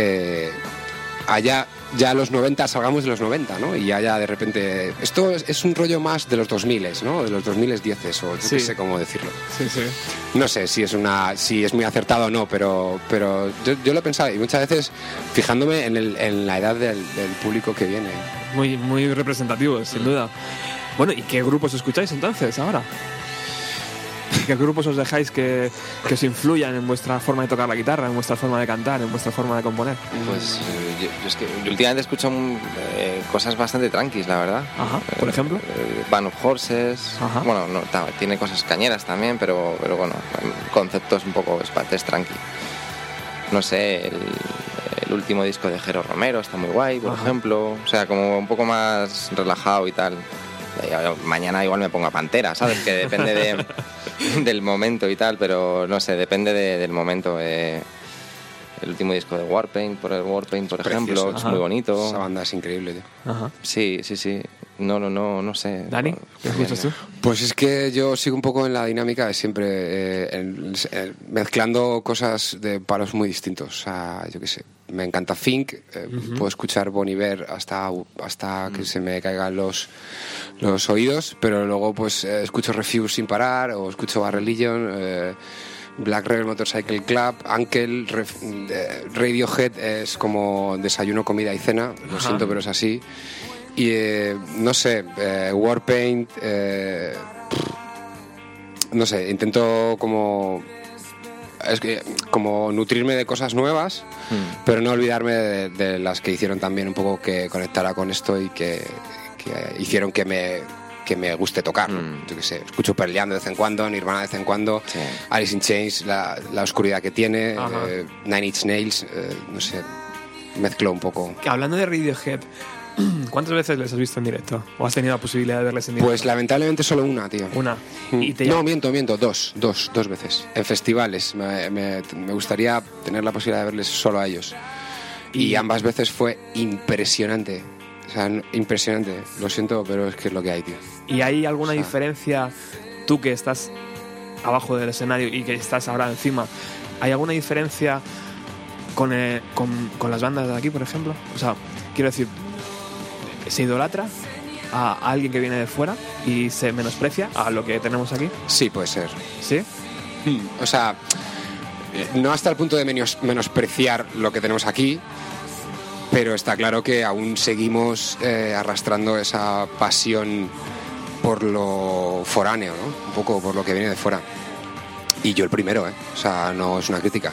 haya ya los 90, salgamos de los 90, ¿no? Y haya de repente... Esto es un rollo más de los 2000, ¿no? De los 2010 o Sí. no sé cómo decirlo. Sí, sí. No sé si es muy acertado o no, pero yo lo he pensado y muchas veces fijándome en la edad del público que viene. Muy, muy representativo, sin duda. Bueno, ¿y qué grupos escucháis entonces ahora? ¿Qué grupos os dejáis que os influyan en vuestra forma de tocar la guitarra, en vuestra forma de cantar, en vuestra forma de componer? Pues yo es que últimamente escucho cosas bastante tranquis, la verdad. Ajá, por ejemplo. Band of Horses. Ajá. Bueno, no, tiene cosas cañeras también, pero bueno, conceptos un poco es tranqui. No sé, el último disco de Jero Romero está muy guay, por Ajá. ejemplo. O sea, como un poco más relajado y tal. Mañana igual me pongo a Pantera, ¿sabes? Que depende del momento y tal, pero no sé, depende del momento. El último disco de Warpaint, por ejemplo, Precioso. es Ajá. muy bonito. Esa banda es increíble, tío. Ajá. Sí. No sé. Dani, ¿qué escuchas tú? Pues es que yo sigo un poco en la dinámica de siempre, mezclando cosas de palos muy distintos. O sea, yo qué sé, me encanta Fink, puedo escuchar Bon Iver hasta que se me caigan los oídos, pero luego pues escucho Refuse sin parar, o escucho Bad Religion, Black Rebel Motorcycle Club, Ankel, Radiohead es como desayuno, comida y cena, lo siento, pero es así. Y no sé, Warpaint, no sé, intento como nutrirme de cosas nuevas, pero no olvidarme de las que hicieron también un poco que conectara con esto y que hicieron que me que me guste tocar. Yo qué sé, escucho Pearl Jam de vez en cuando, Nirvana de vez en cuando, Alice in Chains, la oscuridad que tiene, Nine Inch Nails, no sé, mezclo un poco. Hablando de Radiohead, ¿cuántas veces les has visto en directo? ¿O has tenido la posibilidad de verles en directo? Pues lamentablemente solo una, tío. Una. No, miento, dos veces. En festivales. Me gustaría tener la posibilidad de verles solo a ellos. Y ambas veces fue impresionante. O sea, impresionante. Lo siento, pero es que es lo que hay, tío. ¿Y hay alguna diferencia, tú que estás abajo del escenario y que estás ahora encima, hay alguna diferencia con las bandas de aquí, por ejemplo? O sea, quiero decir, ¿se idolatra a alguien que viene de fuera y se menosprecia a lo que tenemos aquí? Sí, puede ser. ¿Sí? O sea, no hasta el punto de menospreciar lo que tenemos aquí, pero está claro que aún seguimos arrastrando esa pasión por lo foráneo, ¿no? Un poco por lo que viene de fuera. Y yo el primero, O sea, no es una crítica.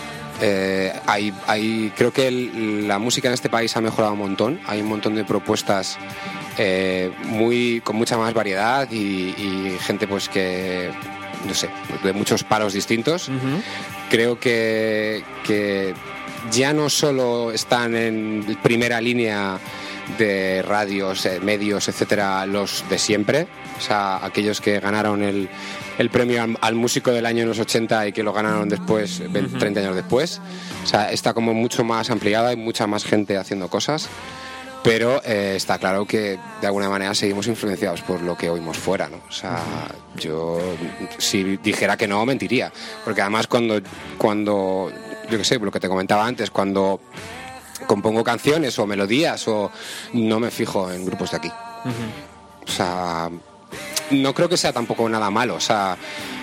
Creo que la música en este país ha mejorado un montón. Hay un montón de propuestas con mucha más variedad y gente pues que, no sé, de muchos palos distintos. Creo que ya no solo están en primera línea de radios, medios, etcétera, los de siempre, o sea, aquellos que ganaron el premio al músico del año en los 80 y que lo ganaron después, 30 años después. O sea, está como mucho más ampliada, hay mucha más gente haciendo cosas, pero está claro que de alguna manera seguimos influenciados por lo que oímos fuera, ¿no? O sea, yo si dijera que no, mentiría, porque además cuando yo qué sé, lo que te comentaba antes, cuando compongo canciones o melodías o no me fijo en grupos de aquí. O sea, no creo que sea tampoco nada malo. O sea,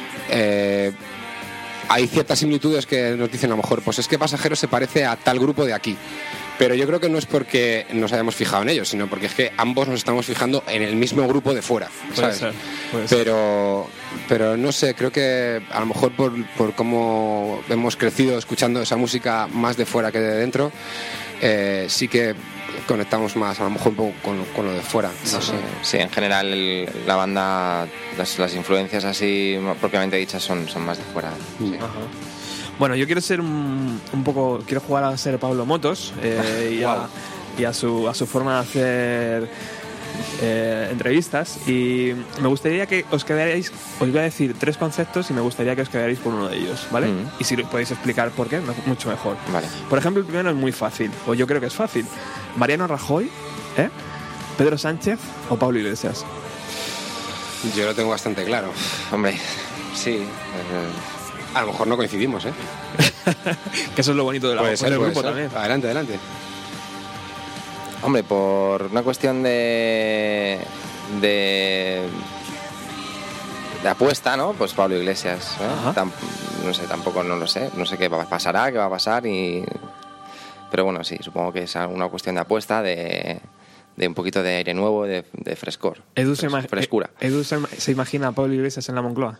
hay ciertas similitudes que nos dicen a lo mejor, pues es que Pasajeros se parece a tal grupo de aquí. Pero yo creo que no es porque nos hayamos fijado en ellos, sino porque es que ambos nos estamos fijando en el mismo grupo de fuera, ¿sabes? Puede ser. Pero no sé, creo que a lo mejor por cómo hemos crecido escuchando esa música más de fuera que de dentro, sí que conectamos más a lo mejor un poco con lo de fuera. No sé. Sí, en general la banda, las influencias así propiamente dichas son más de fuera. Sí. Bueno, yo quiero ser un poco, quiero jugar a ser Pablo Motos y a su forma de hacer entrevistas, y me gustaría que os quedarais, os voy a decir 3 conceptos y me gustaría que os quedarais con uno de ellos, ¿vale? Y si podéis explicar por qué, mucho mejor. Vale. Por ejemplo, el primero es muy fácil, o yo creo que es fácil. Mariano Rajoy, Pedro Sánchez o Pablo Iglesias. Yo lo tengo bastante claro. Hombre, sí. A lo mejor no coincidimos, que eso es lo bonito del grupo también. Adelante. Hombre, por una cuestión de apuesta, ¿no? Pues Pablo Iglesias, no sé, tampoco no lo sé. No sé qué va a pasar pero bueno, sí, supongo que es alguna cuestión de apuesta, de un poquito de aire nuevo, de frescor. Frescura. ¿Edu se imagina a Pablo Iglesias en la Moncloa?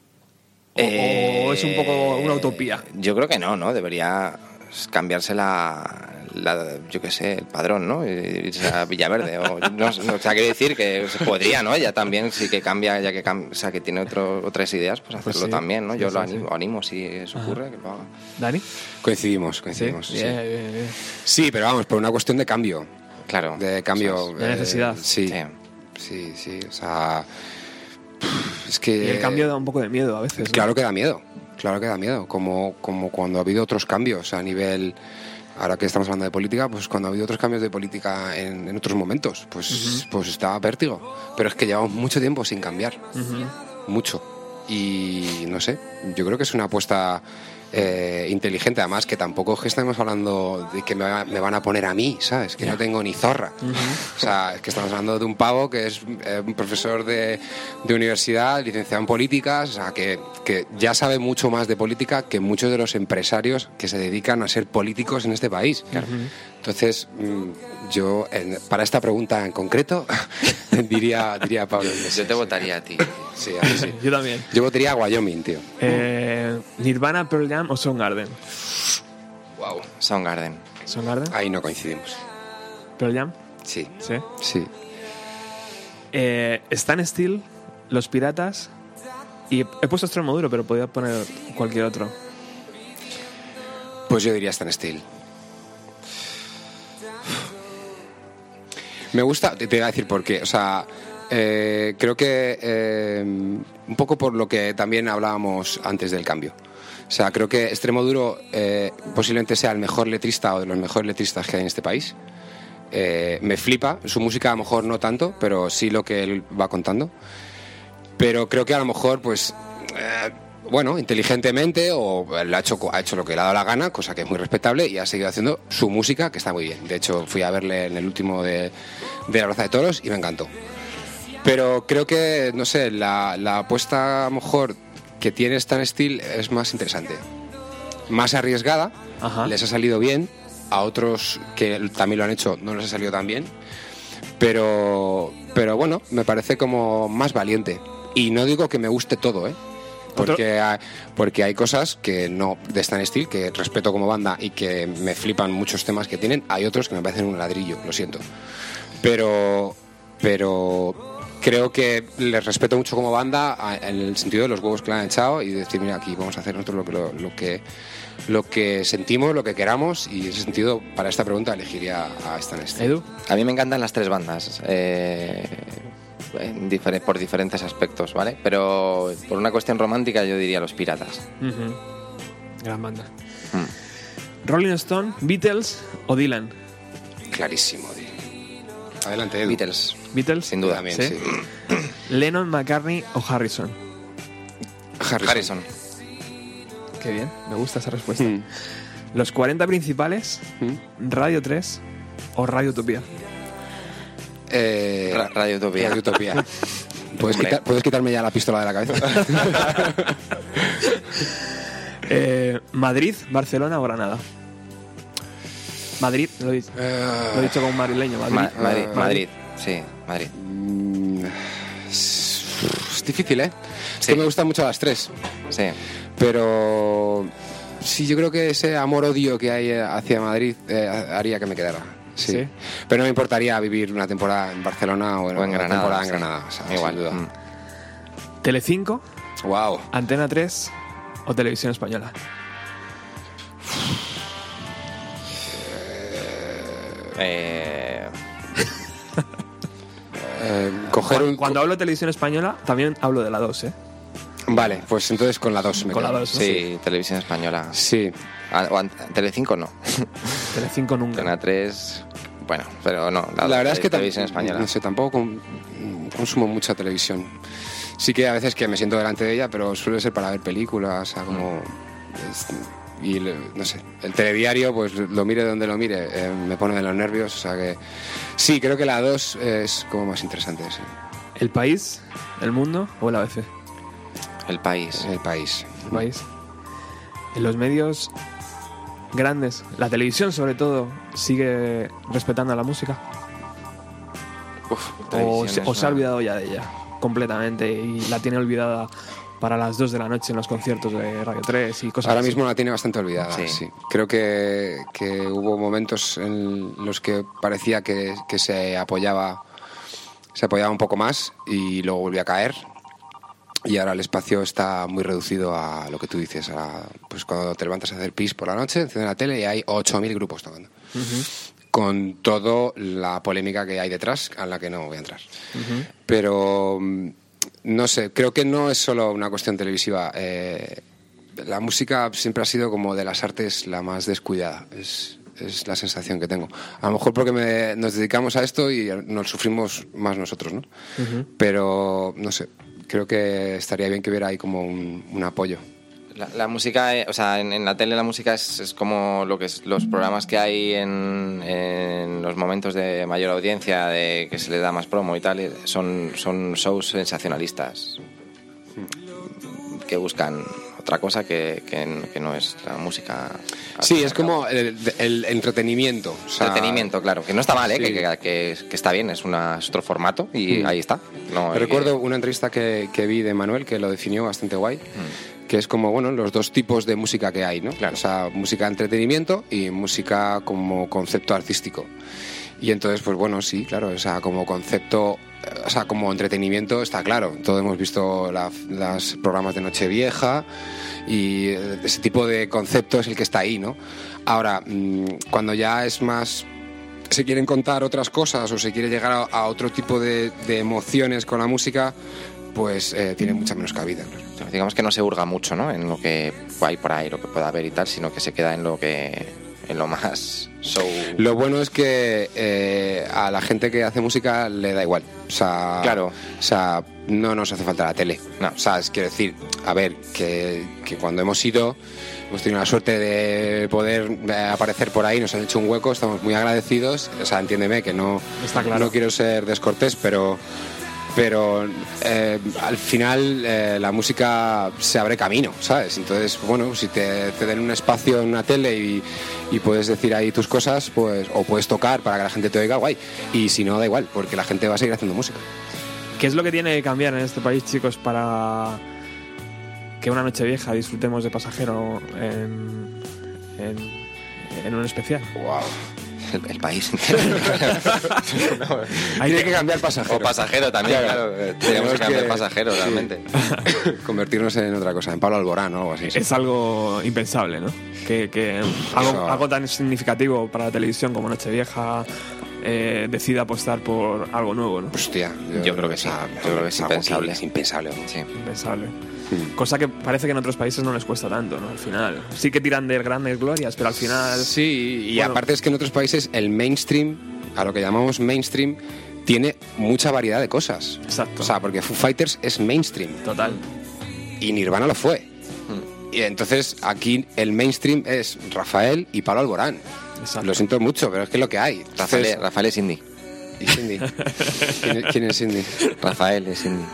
¿O es un poco una utopía? Yo creo que no, debería cambiarse yo qué sé, el padrón, ¿no? Irse a Villaverde. O sea, quiero decir que se podría, ¿no? Ya también, sí que cambia, ya que que tiene otras ideas, pues hacerlo sí, también, ¿no? Yo lo animo si eso ocurre, que lo haga. ¿Dani? Coincidimos. Sí. Bien. Sí, pero vamos, por una cuestión de cambio. Claro. De cambio. De necesidad. Sí, o sea... Es que y el cambio da un poco de miedo a veces, ¿no? Claro que da miedo, como cuando ha habido otros cambios a nivel, ahora que estamos hablando de política, pues cuando ha habido otros cambios de política en otros momentos, pues estaba vértigo, pero es que llevamos mucho tiempo sin cambiar, mucho, y no sé, yo creo que es una apuesta inteligente, además que tampoco es que estamos hablando de que me van a poner a mí, ¿sabes? Que no tengo ni zorra. O sea, es que estamos hablando de un pavo que es un profesor de universidad, licenciado en políticas, o sea, que ya sabe mucho más de política que muchos de los empresarios que se dedican a ser políticos en este país. Entonces, yo, para esta pregunta en concreto, diría Pablo Iglesias. Yo te votaría a ti. Sí, a mí sí. Yo también. Yo votaría a Wyoming, tío. Nirvana, Pearl Jam o Soundgarden. Wow. Soundgarden. ¿Soundgarden? Ahí no coincidimos. ¿Pearl Jam? Sí. ¿Sí? Sí. Stan Steel, Los Piratas y he puesto Extremoduro, pero podía poner cualquier otro. Pues yo diría Stan Steel. Me gusta, te voy a decir por qué. O sea, creo que un poco por lo que también hablábamos antes del cambio. O sea, creo que Extremoduro posiblemente sea el mejor letrista o de los mejores letristas que hay en este país. Me flipa, su música a lo mejor no tanto, pero sí lo que él va contando. Pero creo que a lo mejor, pues, bueno, inteligentemente o él ha hecho lo que le ha dado la gana, cosa que es muy respetable, y ha seguido haciendo su música, que está muy bien. De hecho, fui a verle en el último de La Plaza de Toros y me encantó. Pero creo que, no sé, la apuesta a lo mejor que tiene Stan Steel es más interesante, más arriesgada. Ajá. Les ha salido bien, a otros que también lo han hecho no les ha salido tan bien, pero bueno, me parece como más valiente. Y no digo que me guste todo, porque hay cosas que no de Stan Steel que respeto como banda y que me flipan muchos temas que tienen. Hay otros que me parecen un ladrillo, lo siento, pero creo que les respeto mucho como banda en el sentido de los huevos que le han echado y decir, mira, aquí vamos a hacer nosotros lo que sentimos, lo que queramos, y en ese sentido, para esta pregunta elegiría a Stan Steel. Edu. A mí me encantan las tres bandas, por diferentes aspectos, ¿vale? Pero por una cuestión romántica yo diría Los Piratas. Uh-huh. Gran banda. Rolling Stone, Beatles o Dylan. Clarísimo, tío. Adelante, Edu. Beatles, sin duda. También, sí. Lennon, McCartney o Harrison. Harrison. Qué bien, me gusta esa respuesta. Los 40 principales, Radio 3 o Radio Utopía. Radio Utopía. Radio Utopía. ¿Puedes quitarme ya la pistola de la cabeza? Madrid, Barcelona o Granada. Madrid, lo he dicho con un madrileño. Madrid, sí, Madrid. Es difícil, ¿eh? Es Sí. que me gustan mucho las tres. Sí. Pero sí, yo creo que ese amor-odio que hay hacia Madrid haría que me quedara. Sí. ¿Sí? Pero no me importaría vivir una temporada en Barcelona o en Granada. una temporada en Sí. Granada. O sea, Igual. sin duda. Telecinco, Wow. Antena 3 o Televisión Española. Cuando hablo de Televisión Española, también hablo de la 2, ¿eh? Vale, pues entonces con la 2 me Con la quedo. 2, ¿no? Sí, Televisión Española. Sí. Telecinco no. Telecinco nunca. Antena 3, bueno, pero no. La verdad es que Televisión Española. no sé, tampoco consumo mucha televisión. Sí que a veces que me siento delante de ella, pero suele ser para ver películas, o sea, como... no sé, el telediario, pues lo mire donde lo mire, me pone de los nervios, o sea que... Sí, creo que la 2 es como más interesante, sí. ¿El País, El Mundo o el ABC? El País. El País. El País. En los medios grandes, la televisión sobre todo, sigue respetando a la música. O se ha olvidado ya de ella completamente y la tiene olvidada para las 2 de la noche en los conciertos de Radio 3 y cosas Ahora así. mismo la tiene bastante olvidada, Sí. sí. Creo que hubo momentos en los que parecía que se apoyaba un poco más y luego volvió a caer. Y ahora el espacio está muy reducido a lo que tú dices, pues cuando te levantas a hacer pis por la noche, enciendes la tele y hay 8.000 grupos tocando. Con toda la polémica que hay detrás, a la que no voy a entrar. Pero, no sé, creo que no es solo una cuestión televisiva. La música siempre ha sido como de las artes la más descuidada. Es la sensación que tengo. A lo mejor porque nos dedicamos a esto y nos sufrimos más nosotros, ¿no? Pero, no sé, creo que estaría bien que hubiera ahí como un apoyo. La música, o sea, en la tele la música es como lo que es los programas que hay en los momentos de mayor audiencia, de que se le da más promo y tal, son shows sensacionalistas que buscan otra cosa que no es la música. Sí, es como el entretenimiento. O sea, entretenimiento, claro, que no está mal, sí. que está bien, es otro formato y ahí está. No, recuerdo una entrevista que vi de Manuel que lo definió bastante guay. Que es como, bueno, los dos tipos de música que hay, ¿no? Claro. O sea, música de entretenimiento y música como concepto artístico. Y entonces, pues bueno, sí, claro, o sea, como concepto o sea, como entretenimiento está claro. Todos hemos visto los programas de Nochevieja y ese tipo de concepto es el que está ahí, ¿no? Ahora, cuando ya es más... se quieren contar otras cosas o se quiere llegar a otro tipo de emociones con la música, pues tiene mucha menos cabida. Digamos que no se hurga mucho, ¿no? En lo que hay por ahí, lo que pueda haber y tal, sino que se queda en lo más show. Lo bueno es que a la gente que hace música le da igual. O sea, claro. O sea, no nos hace falta la tele. No. O sea, quiero decir, a ver, que cuando hemos tenido la suerte de poder aparecer por ahí, nos han hecho un hueco, estamos muy agradecidos. O sea, entiéndeme que no, está claro. No quiero ser descortés, pero al final la música se abre camino, ¿sabes? Entonces, bueno, si te den un espacio en una tele y puedes decir ahí tus cosas, pues, o puedes tocar para que la gente te oiga, guay. Y si no, da igual, porque la gente va a seguir haciendo música. ¿Qué es lo que tiene que cambiar en este país, chicos, para que una Nochevieja disfrutemos de Pasajero en un especial? Wow. El país entero. Hay que cambiar Pasajero. O Pasajero también, claro. Tenemos que cambiar Pasajero, sí. Realmente. Convertirnos en otra cosa, en Pablo Alborán o algo así. Es algo impensable, ¿no? Que algo tan significativo para la televisión como Nochevieja decida apostar por algo nuevo, ¿no? Hostia, yo creo que sí. Yo creo que es impensable. Es impensable. Sí. Impensable. Cosa que parece que en otros países no les cuesta tanto, ¿no? Al final sí que tiran de grandes glorias, pero al final... Sí, y bueno, aparte es que en otros países el mainstream, a lo que llamamos mainstream, tiene mucha variedad de cosas. Exacto. O sea, porque Foo Fighters es mainstream. Total. Y Nirvana lo fue. Y entonces aquí el mainstream es Rafael y Pablo Alborán. Exacto. Lo siento mucho, pero es que es lo que hay. Entonces, Rafael es indie. ¿Y Cindy? ¿Quién es Cindy? Rafael es indie.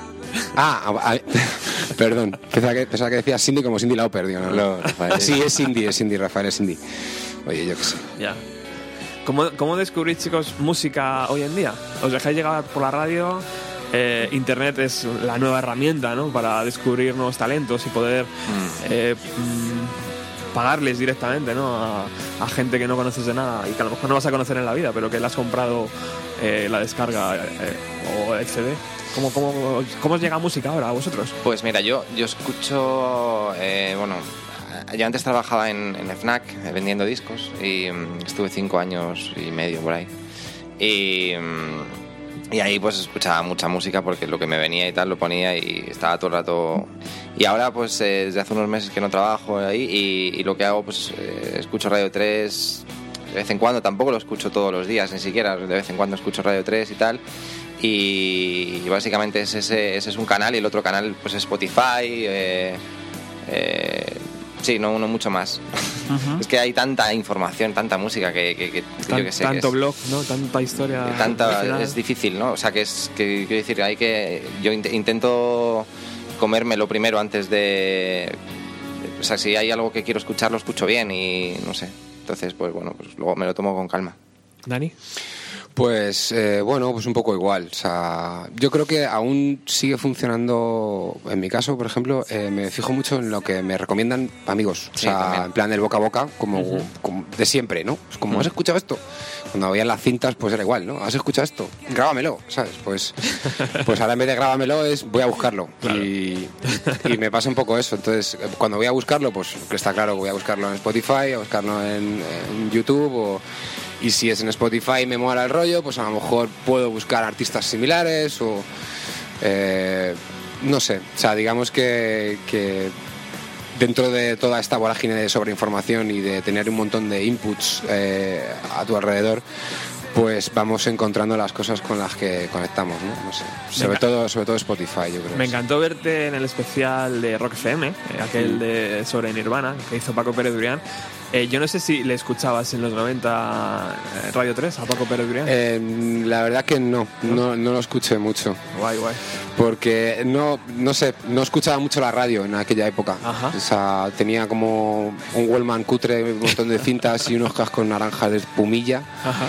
Perdón, pensaba que decía Cindy como Cindy Lauper, digo, no, Rafael. Sí, es Cindy, Rafael es Cindy. Oye, yo qué sé. Ya. ¿Cómo descubrís, chicos, música hoy en día? ¿Os dejáis llegar por la radio? Internet es la nueva herramienta, ¿no? Para descubrir nuevos talentos y poder pagarles directamente, ¿no? A gente que no conoces de nada y que a lo mejor no vas a conocer en la vida, pero que le has comprado la descarga o el CD. ¿Cómo os llega música ahora a vosotros? Pues mira, yo escucho... yo antes trabajaba en FNAC vendiendo discos y estuve 5 años y medio por ahí. Y ahí pues escuchaba mucha música porque lo que me venía y tal lo ponía y estaba todo el rato... Y ahora pues desde hace unos meses que no trabajo ahí y lo que hago pues escucho Radio 3 de vez en cuando, tampoco lo escucho todos los días ni siquiera, de vez en cuando escucho Radio 3 y tal. Y básicamente ese es un canal y el otro canal pues es Spotify, sí, no mucho más. Uh-huh. Es que hay tanta información, tanta música que yo que sé. Tanto blog, ¿no? Tanta historia. Es difícil, ¿no? O sea, quiero decir, yo intento comérmelo primero antes de... O sea, si hay algo que quiero escuchar, lo escucho bien y no sé. Entonces, pues bueno, pues luego me lo tomo con calma. ¿Dani? Pues pues un poco igual. O sea, yo creo que aún sigue funcionando. En mi caso, por ejemplo, me fijo mucho en lo que me recomiendan amigos. O sea, también. En plan del boca a boca, como de siempre, ¿no? Es como, ¿has escuchado esto? Cuando había las cintas, pues era igual, ¿no? ¿Has escuchado esto? Grábamelo, ¿sabes? Pues ahora en vez de grábamelo voy a buscarlo. Claro. Y me pasa un poco eso. Entonces, cuando voy a buscarlo, pues está claro, voy a buscarlo en Spotify, a buscarlo en YouTube y si es en Spotify y me mola el rollo, pues a lo mejor puedo buscar artistas similares o... no sé, o sea, digamos que dentro de toda esta vorágine de sobreinformación y de tener un montón de inputs a tu alrededor, pues vamos encontrando las cosas con las que conectamos, ¿no? No sé. Sobre todo Spotify, yo creo. Me encantó verte en el especial de Rock FM, aquel sobre Nirvana, que hizo Paco Pérez Durián. Yo no sé si le escuchabas en los 90 Radio 3 a Paco Pérez Durián. La verdad que no lo escuché mucho. Guay. Porque no sé, no escuchaba mucho la radio en aquella época. Ajá. O sea, tenía como un Wallman cutre, un montón de cintas y unos cascos naranjas de espumilla. Ajá.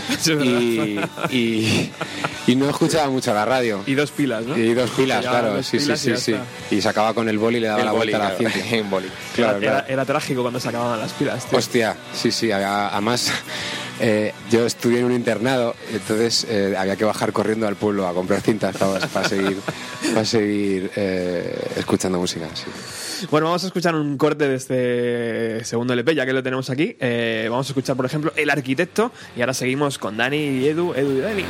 Y no escuchaba mucho la radio. Y 2 pilas, ¿no? Y 2 pilas, claro. Sí. Y sacaba con el boli y le daba la vuelta a la cinta. Un boli. Claro. Era trágico cuando se acababan las pilas, tío. Hostia, sí. Además, Yo estudié en un internado, entonces había que bajar corriendo al pueblo a comprar cintas para seguir escuchando música. Sí. Bueno, vamos a escuchar un corte de este segundo LP, ya que lo tenemos aquí. Vamos a escuchar, por ejemplo, El Arquitecto, y ahora seguimos con Dani y Edu y Dani.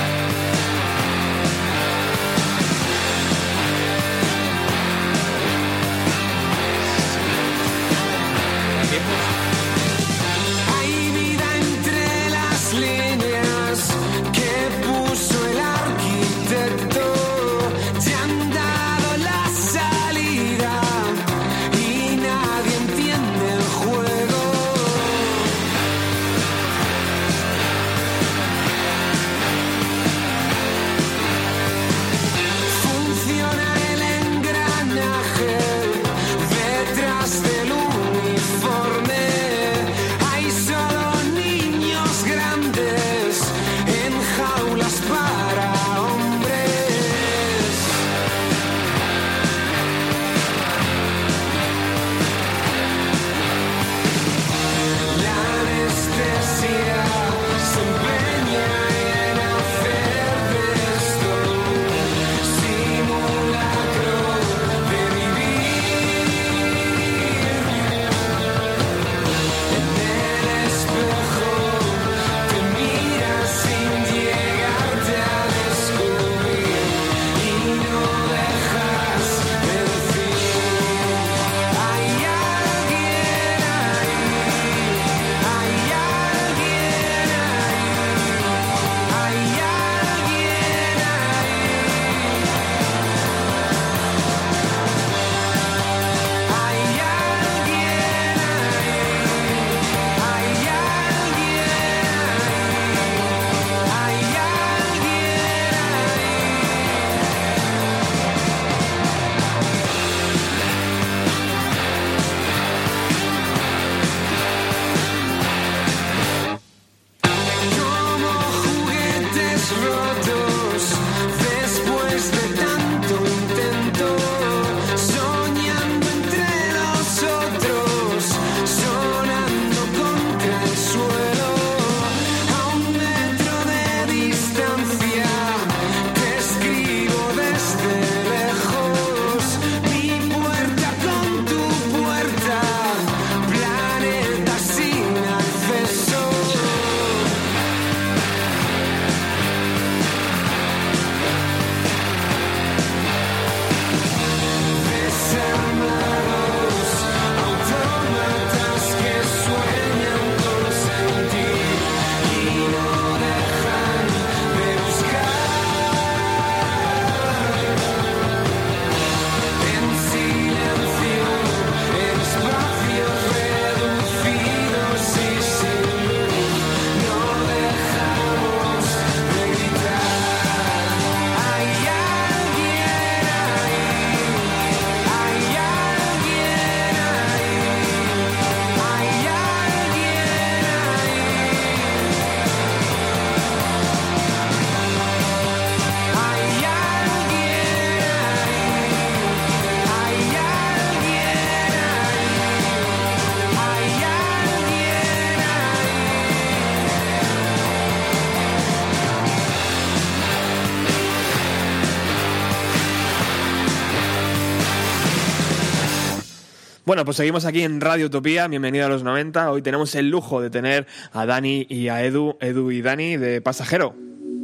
Bueno, pues seguimos aquí en Radio Utopía, bienvenido a los 90. Hoy tenemos el lujo de tener a Dani y a Edu y Dani de Pasajero.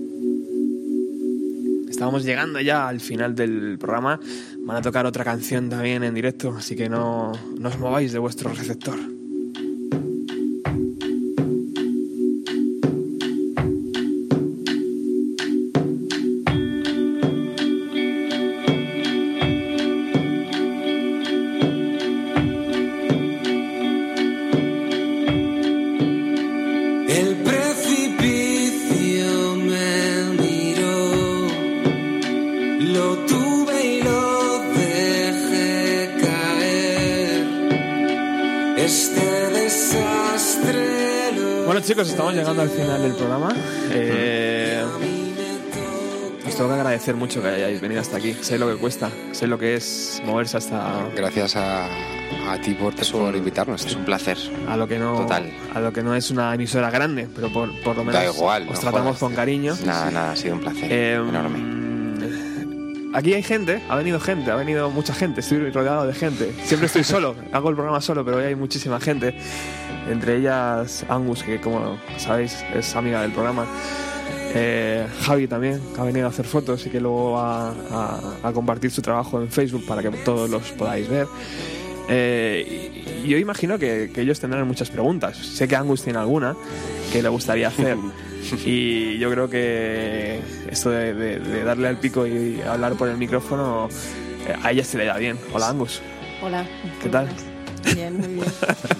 Estábamos llegando ya al final del programa, van a tocar otra canción también en directo, así que no os mováis de vuestro receptor. Chicos, estamos llegando al final del programa. Nos tengo que agradecer mucho que hayáis venido hasta aquí. Sé lo que cuesta, sé lo que es moverse hasta... Gracias a ti por invitarnos. Es un placer. A lo que no, Total. A lo que no es una emisora grande, pero por lo menos Da igual, os no tratamos jodas. con cariño. Nada, ha sido un placer enorme. Aquí hay gente, ha venido mucha gente, estoy rodeado de gente. Siempre estoy solo, hago el programa solo, pero hoy hay muchísima gente. Entre ellas Angus, que como sabéis es amiga del programa. Javi también, que ha venido a hacer fotos y que luego va a compartir su trabajo en Facebook para que todos los podáis ver. Y yo imagino que ellos tendrán muchas preguntas. Sé que Angus tiene alguna que le gustaría hacer. Y yo creo que esto de darle al pico y hablar por el micrófono a ella se le da bien. Hola, Angus. Hola. ¿Qué tal? Bien, muy bien.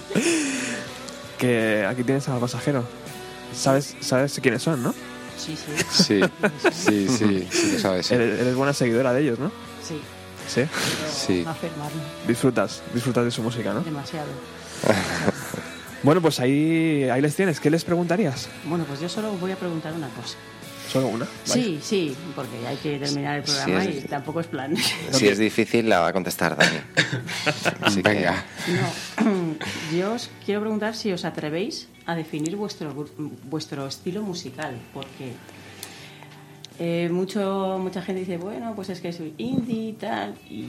Que aquí tienes al pasajero. ¿Sabes quiénes son, no? Sí. Sí, lo sabes. Sí. Eres buena seguidora de ellos, ¿no? Sí. Sí. Pero Sí. no afirmarme Disfrutas de su música, ¿no? demasiado. Bueno, pues ahí les tienes. ¿Qué les preguntarías? Bueno, pues yo solo voy a preguntar una cosa. Solo una. Vale. Sí, porque hay que terminar el programa Sí, y tampoco es plan. Si es difícil, la va a contestar Dani. Así que- Venga. No, yo os quiero preguntar si os atrevéis a definir vuestro estilo musical, porque mucha gente dice, bueno, pues es que soy indie y tal, y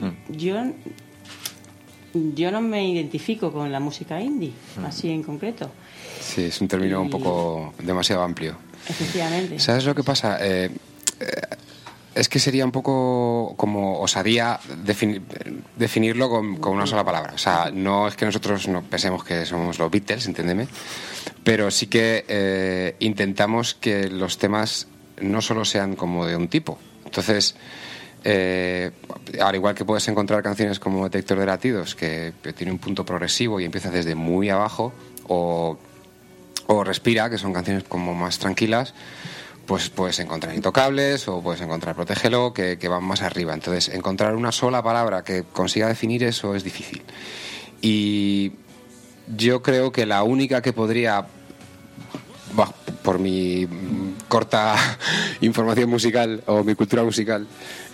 yo no me identifico con la música indie, así en concreto. Sí, es un término un poco demasiado amplio. Efectivamente. ¿Sabes lo que pasa? Es que sería un poco como osadía definirlo con una sola palabra. O sea, no es que nosotros no pensemos que somos los Beatles, entiéndeme, pero sí que intentamos que los temas no solo sean como de un tipo. Entonces, al igual que puedes encontrar canciones como Detector de Latidos, que tiene un punto progresivo y empieza desde muy abajo, o Respira, que son canciones como más tranquilas, pues puedes encontrar Intocables o puedes encontrar Protégelo, que van más arriba. Entonces, encontrar una sola palabra que consiga definir eso es difícil. Y yo creo que la única que podría, por mi corta información musical o mi cultura musical,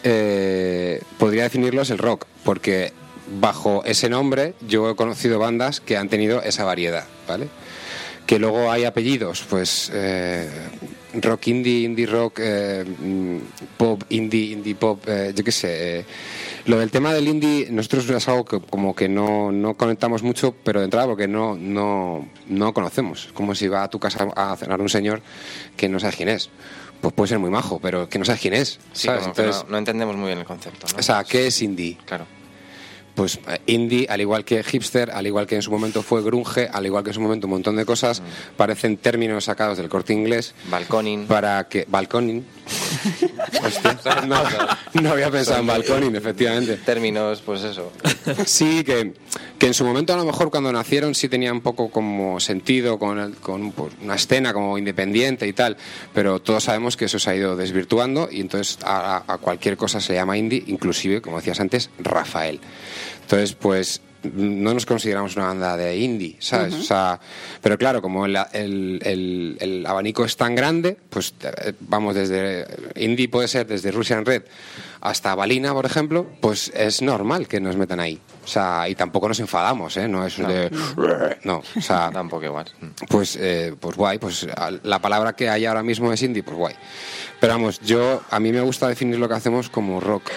podría definirlo es el rock, porque bajo ese nombre yo he conocido bandas que han tenido esa variedad, ¿vale? Que luego hay apellidos, pues rock indie, indie rock, pop indie, indie pop, yo qué sé. Lo del tema del indie, nosotros es algo que como que no conectamos mucho, pero de entrada porque no conocemos. Como si va a tu casa a cenar un señor que no sabes quién es. Pues puede ser muy majo, pero que no sabes quién es, Sí, ¿sabes? como que Entonces, no entendemos muy bien el concepto, ¿no? o sea, ¿qué es indie? Claro. Pues indie, al igual que hipster, al igual que en su momento fue grunge, al igual que en su momento un montón de cosas, parecen términos sacados del Corte Inglés. Balconing. Para que... Balconing. Hostia, no había pensado en balconing, efectivamente. Términos, pues eso. Sí, que en su momento a lo mejor cuando nacieron sí tenía un poco como sentido con pues, una escena como independiente y tal, pero todos sabemos que eso se ha ido desvirtuando y entonces a cualquier cosa se llama indie, inclusive, como decías antes, Rafael. Entonces, pues no nos consideramos una banda de indie, ¿sabes? O sea, pero claro, como el abanico es tan grande, pues vamos desde indie puede ser desde Russian Red hasta Balina, por ejemplo, pues es normal que nos metan ahí. O sea, y tampoco nos enfadamos, ¿eh? No es de... No, o sea... Tampoco igual. Pues guay, pues la palabra que hay ahora mismo es indie, pues guay. Pero vamos, a mí me gusta definir lo que hacemos como rock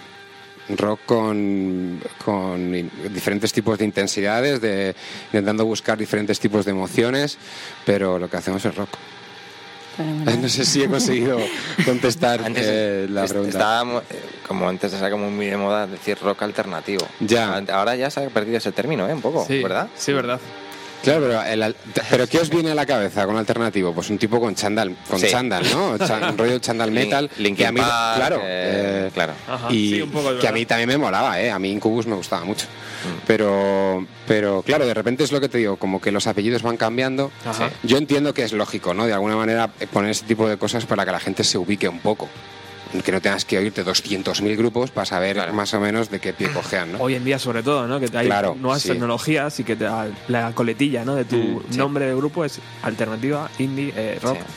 con diferentes tipos de intensidades, intentando buscar diferentes tipos de emociones, pero lo que hacemos es rock. Fenomenal. No sé si he conseguido contestar Antes la pregunta. Estaba, como antes era como muy de moda decir rock alternativo. Ya. Ahora ya se ha perdido ese término, un poco, Sí, ¿verdad? Sí, verdad. Claro, pero ¿qué os viene a la cabeza con alternativo? Pues un tipo con chándal, Sí. ¿no? Un rollo chándal metal. Linkin que a mí, Park, claro, claro. Ajá, y sí, un poco, es que a verdad. mí también me molaba, a mí Incubus me gustaba mucho. Pero claro, de repente es lo que te digo, como que los apellidos van cambiando. Ajá. Yo entiendo que es lógico, ¿no? De alguna manera poner ese tipo de cosas para que la gente se ubique un poco. Que no tengas que oírte 200.000 grupos para saber más o menos de qué pie cojean, ¿no? Hoy en día, sobre todo, ¿no? Que hay Claro, nuevas sí. tecnologías y que la coletilla, ¿no? De tu sí. nombre de grupo es alternativa, indie, rock, Sí. pop.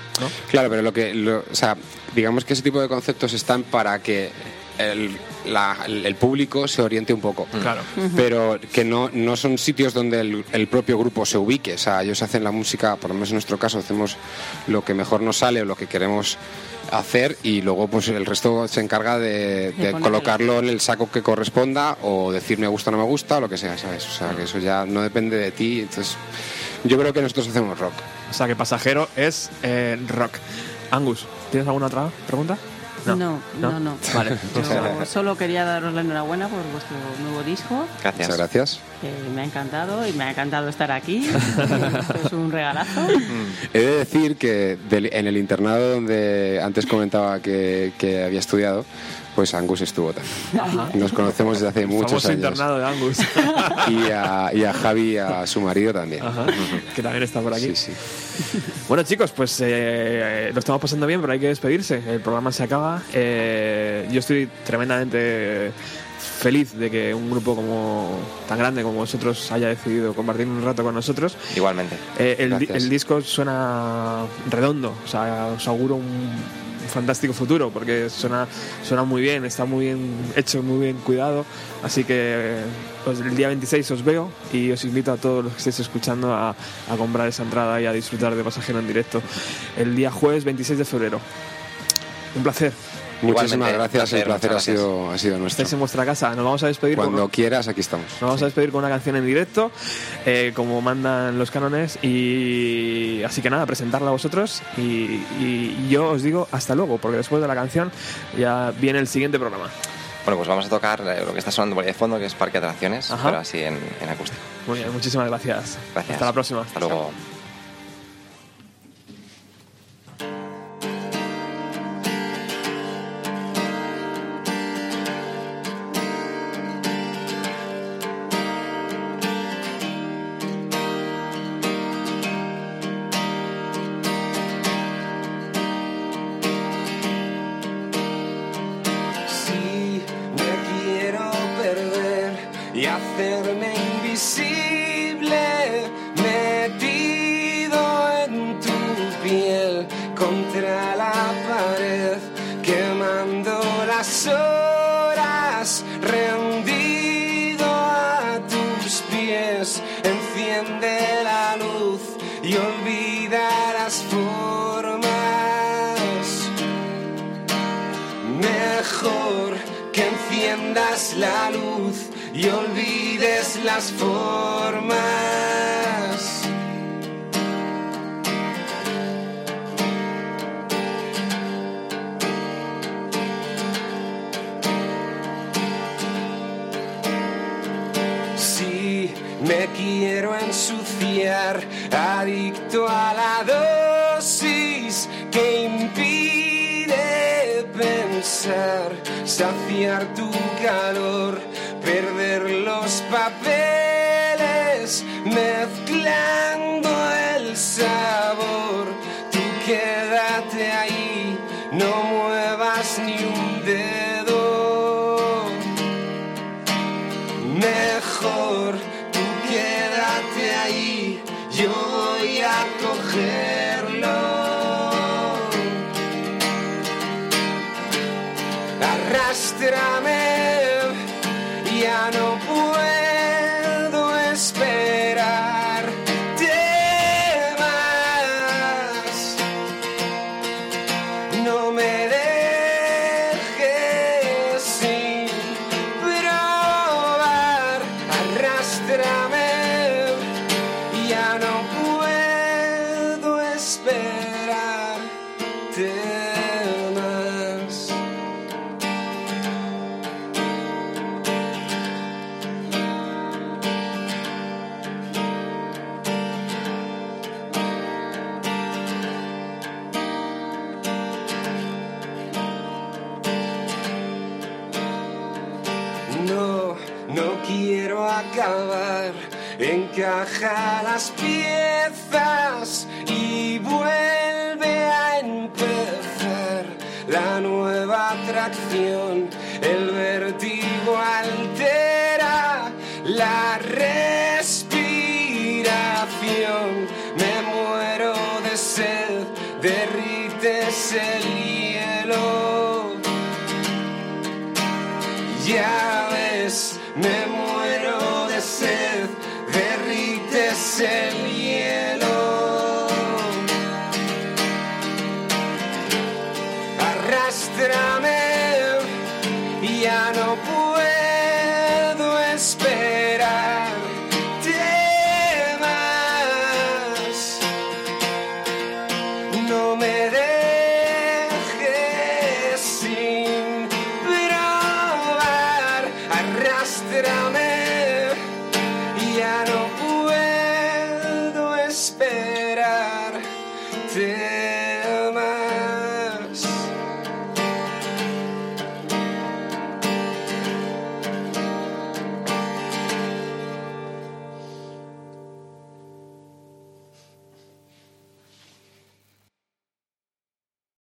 ¿no? Claro, pero o sea, digamos que ese tipo de conceptos están para que el público se oriente un poco. Claro. Pero que no son sitios donde el propio grupo se ubique. O sea, ellos hacen la música, por lo menos en nuestro caso, hacemos lo que mejor nos sale o lo que queremos hacer, y luego pues el resto se encarga de colocarlo en el saco que corresponda, o decir me gusta o no me gusta, o lo que sea, ¿sabes? O sea, que eso ya no depende de ti. Entonces, yo creo que nosotros hacemos rock. O sea, que Pasajero es rock. Angus, ¿tienes alguna otra pregunta? No. Vale. Yo solo quería daros la enhorabuena por vuestro nuevo disco. Gracias. Muchas gracias. Me ha encantado y me ha encantado estar aquí. Esto es un regalazo. He de decir que en el internado donde antes comentaba que había estudiado, pues Angus estuvo también. Nos conocemos desde hace muchos años. Internado de Angus. Y a Javi, a su marido también. Ajá, que también está por aquí. Sí. Bueno, chicos, pues lo estamos pasando bien, pero hay que despedirse. El programa se acaba. Yo estoy tremendamente feliz de que un grupo tan grande como vosotros haya decidido compartir un rato con nosotros. Igualmente. El disco suena redondo, o sea, os auguro un fantástico futuro, porque suena muy bien, está muy bien hecho, muy bien cuidado, así que el día 26 os veo y os invito a todos los que estéis escuchando a comprar esa entrada y a disfrutar de Pasajero en directo el día jueves 26 de febrero. Un placer. Muchísimas gracias, el placer gracias. ha sido nuestro. Estáis en vuestra casa, nos vamos a despedir cuando quieras, aquí estamos. Nos vamos a despedir con una canción en directo, como mandan los cánones, y así que nada, presentarla a vosotros y yo os digo hasta luego, porque después de la canción ya viene el siguiente programa. Bueno, pues vamos a tocar lo que está sonando por ahí de fondo, que es Parque de Atracciones, Ajá. pero así en acústico. Muy bien, muchísimas gracias. Gracias. Hasta la próxima. Hasta luego. Y hacerme invisible, metido en tu piel contra la pared, quemando las horas, rendido a tus pies. Enciende la luz y olvida las formas. Mejor que enciendas la luz y olvides las formas. Si me quiero ensuciar, adicto a la dosis que impide pensar, saciar tu calor, perder los papeles, mezclando el sabor. Tú quédate ahí, no muevas ni un dedo. Mejor tú quédate ahí, yo voy a cogerlo. Arrástrame, ya no puedo esperar más. No me dejes sin probar. Arrástrame, ya no puedo esperarte más. No quiero acabar, encaja las piezas y vuelve a empezar la nueva atracción. El vértigo altera la respiración. Me muero de sed, de sed, derrites el hielo. Arrástrame, ya no puedo esperar más. No me dejes sin probar. Arrástrame, ya no puedo esperar.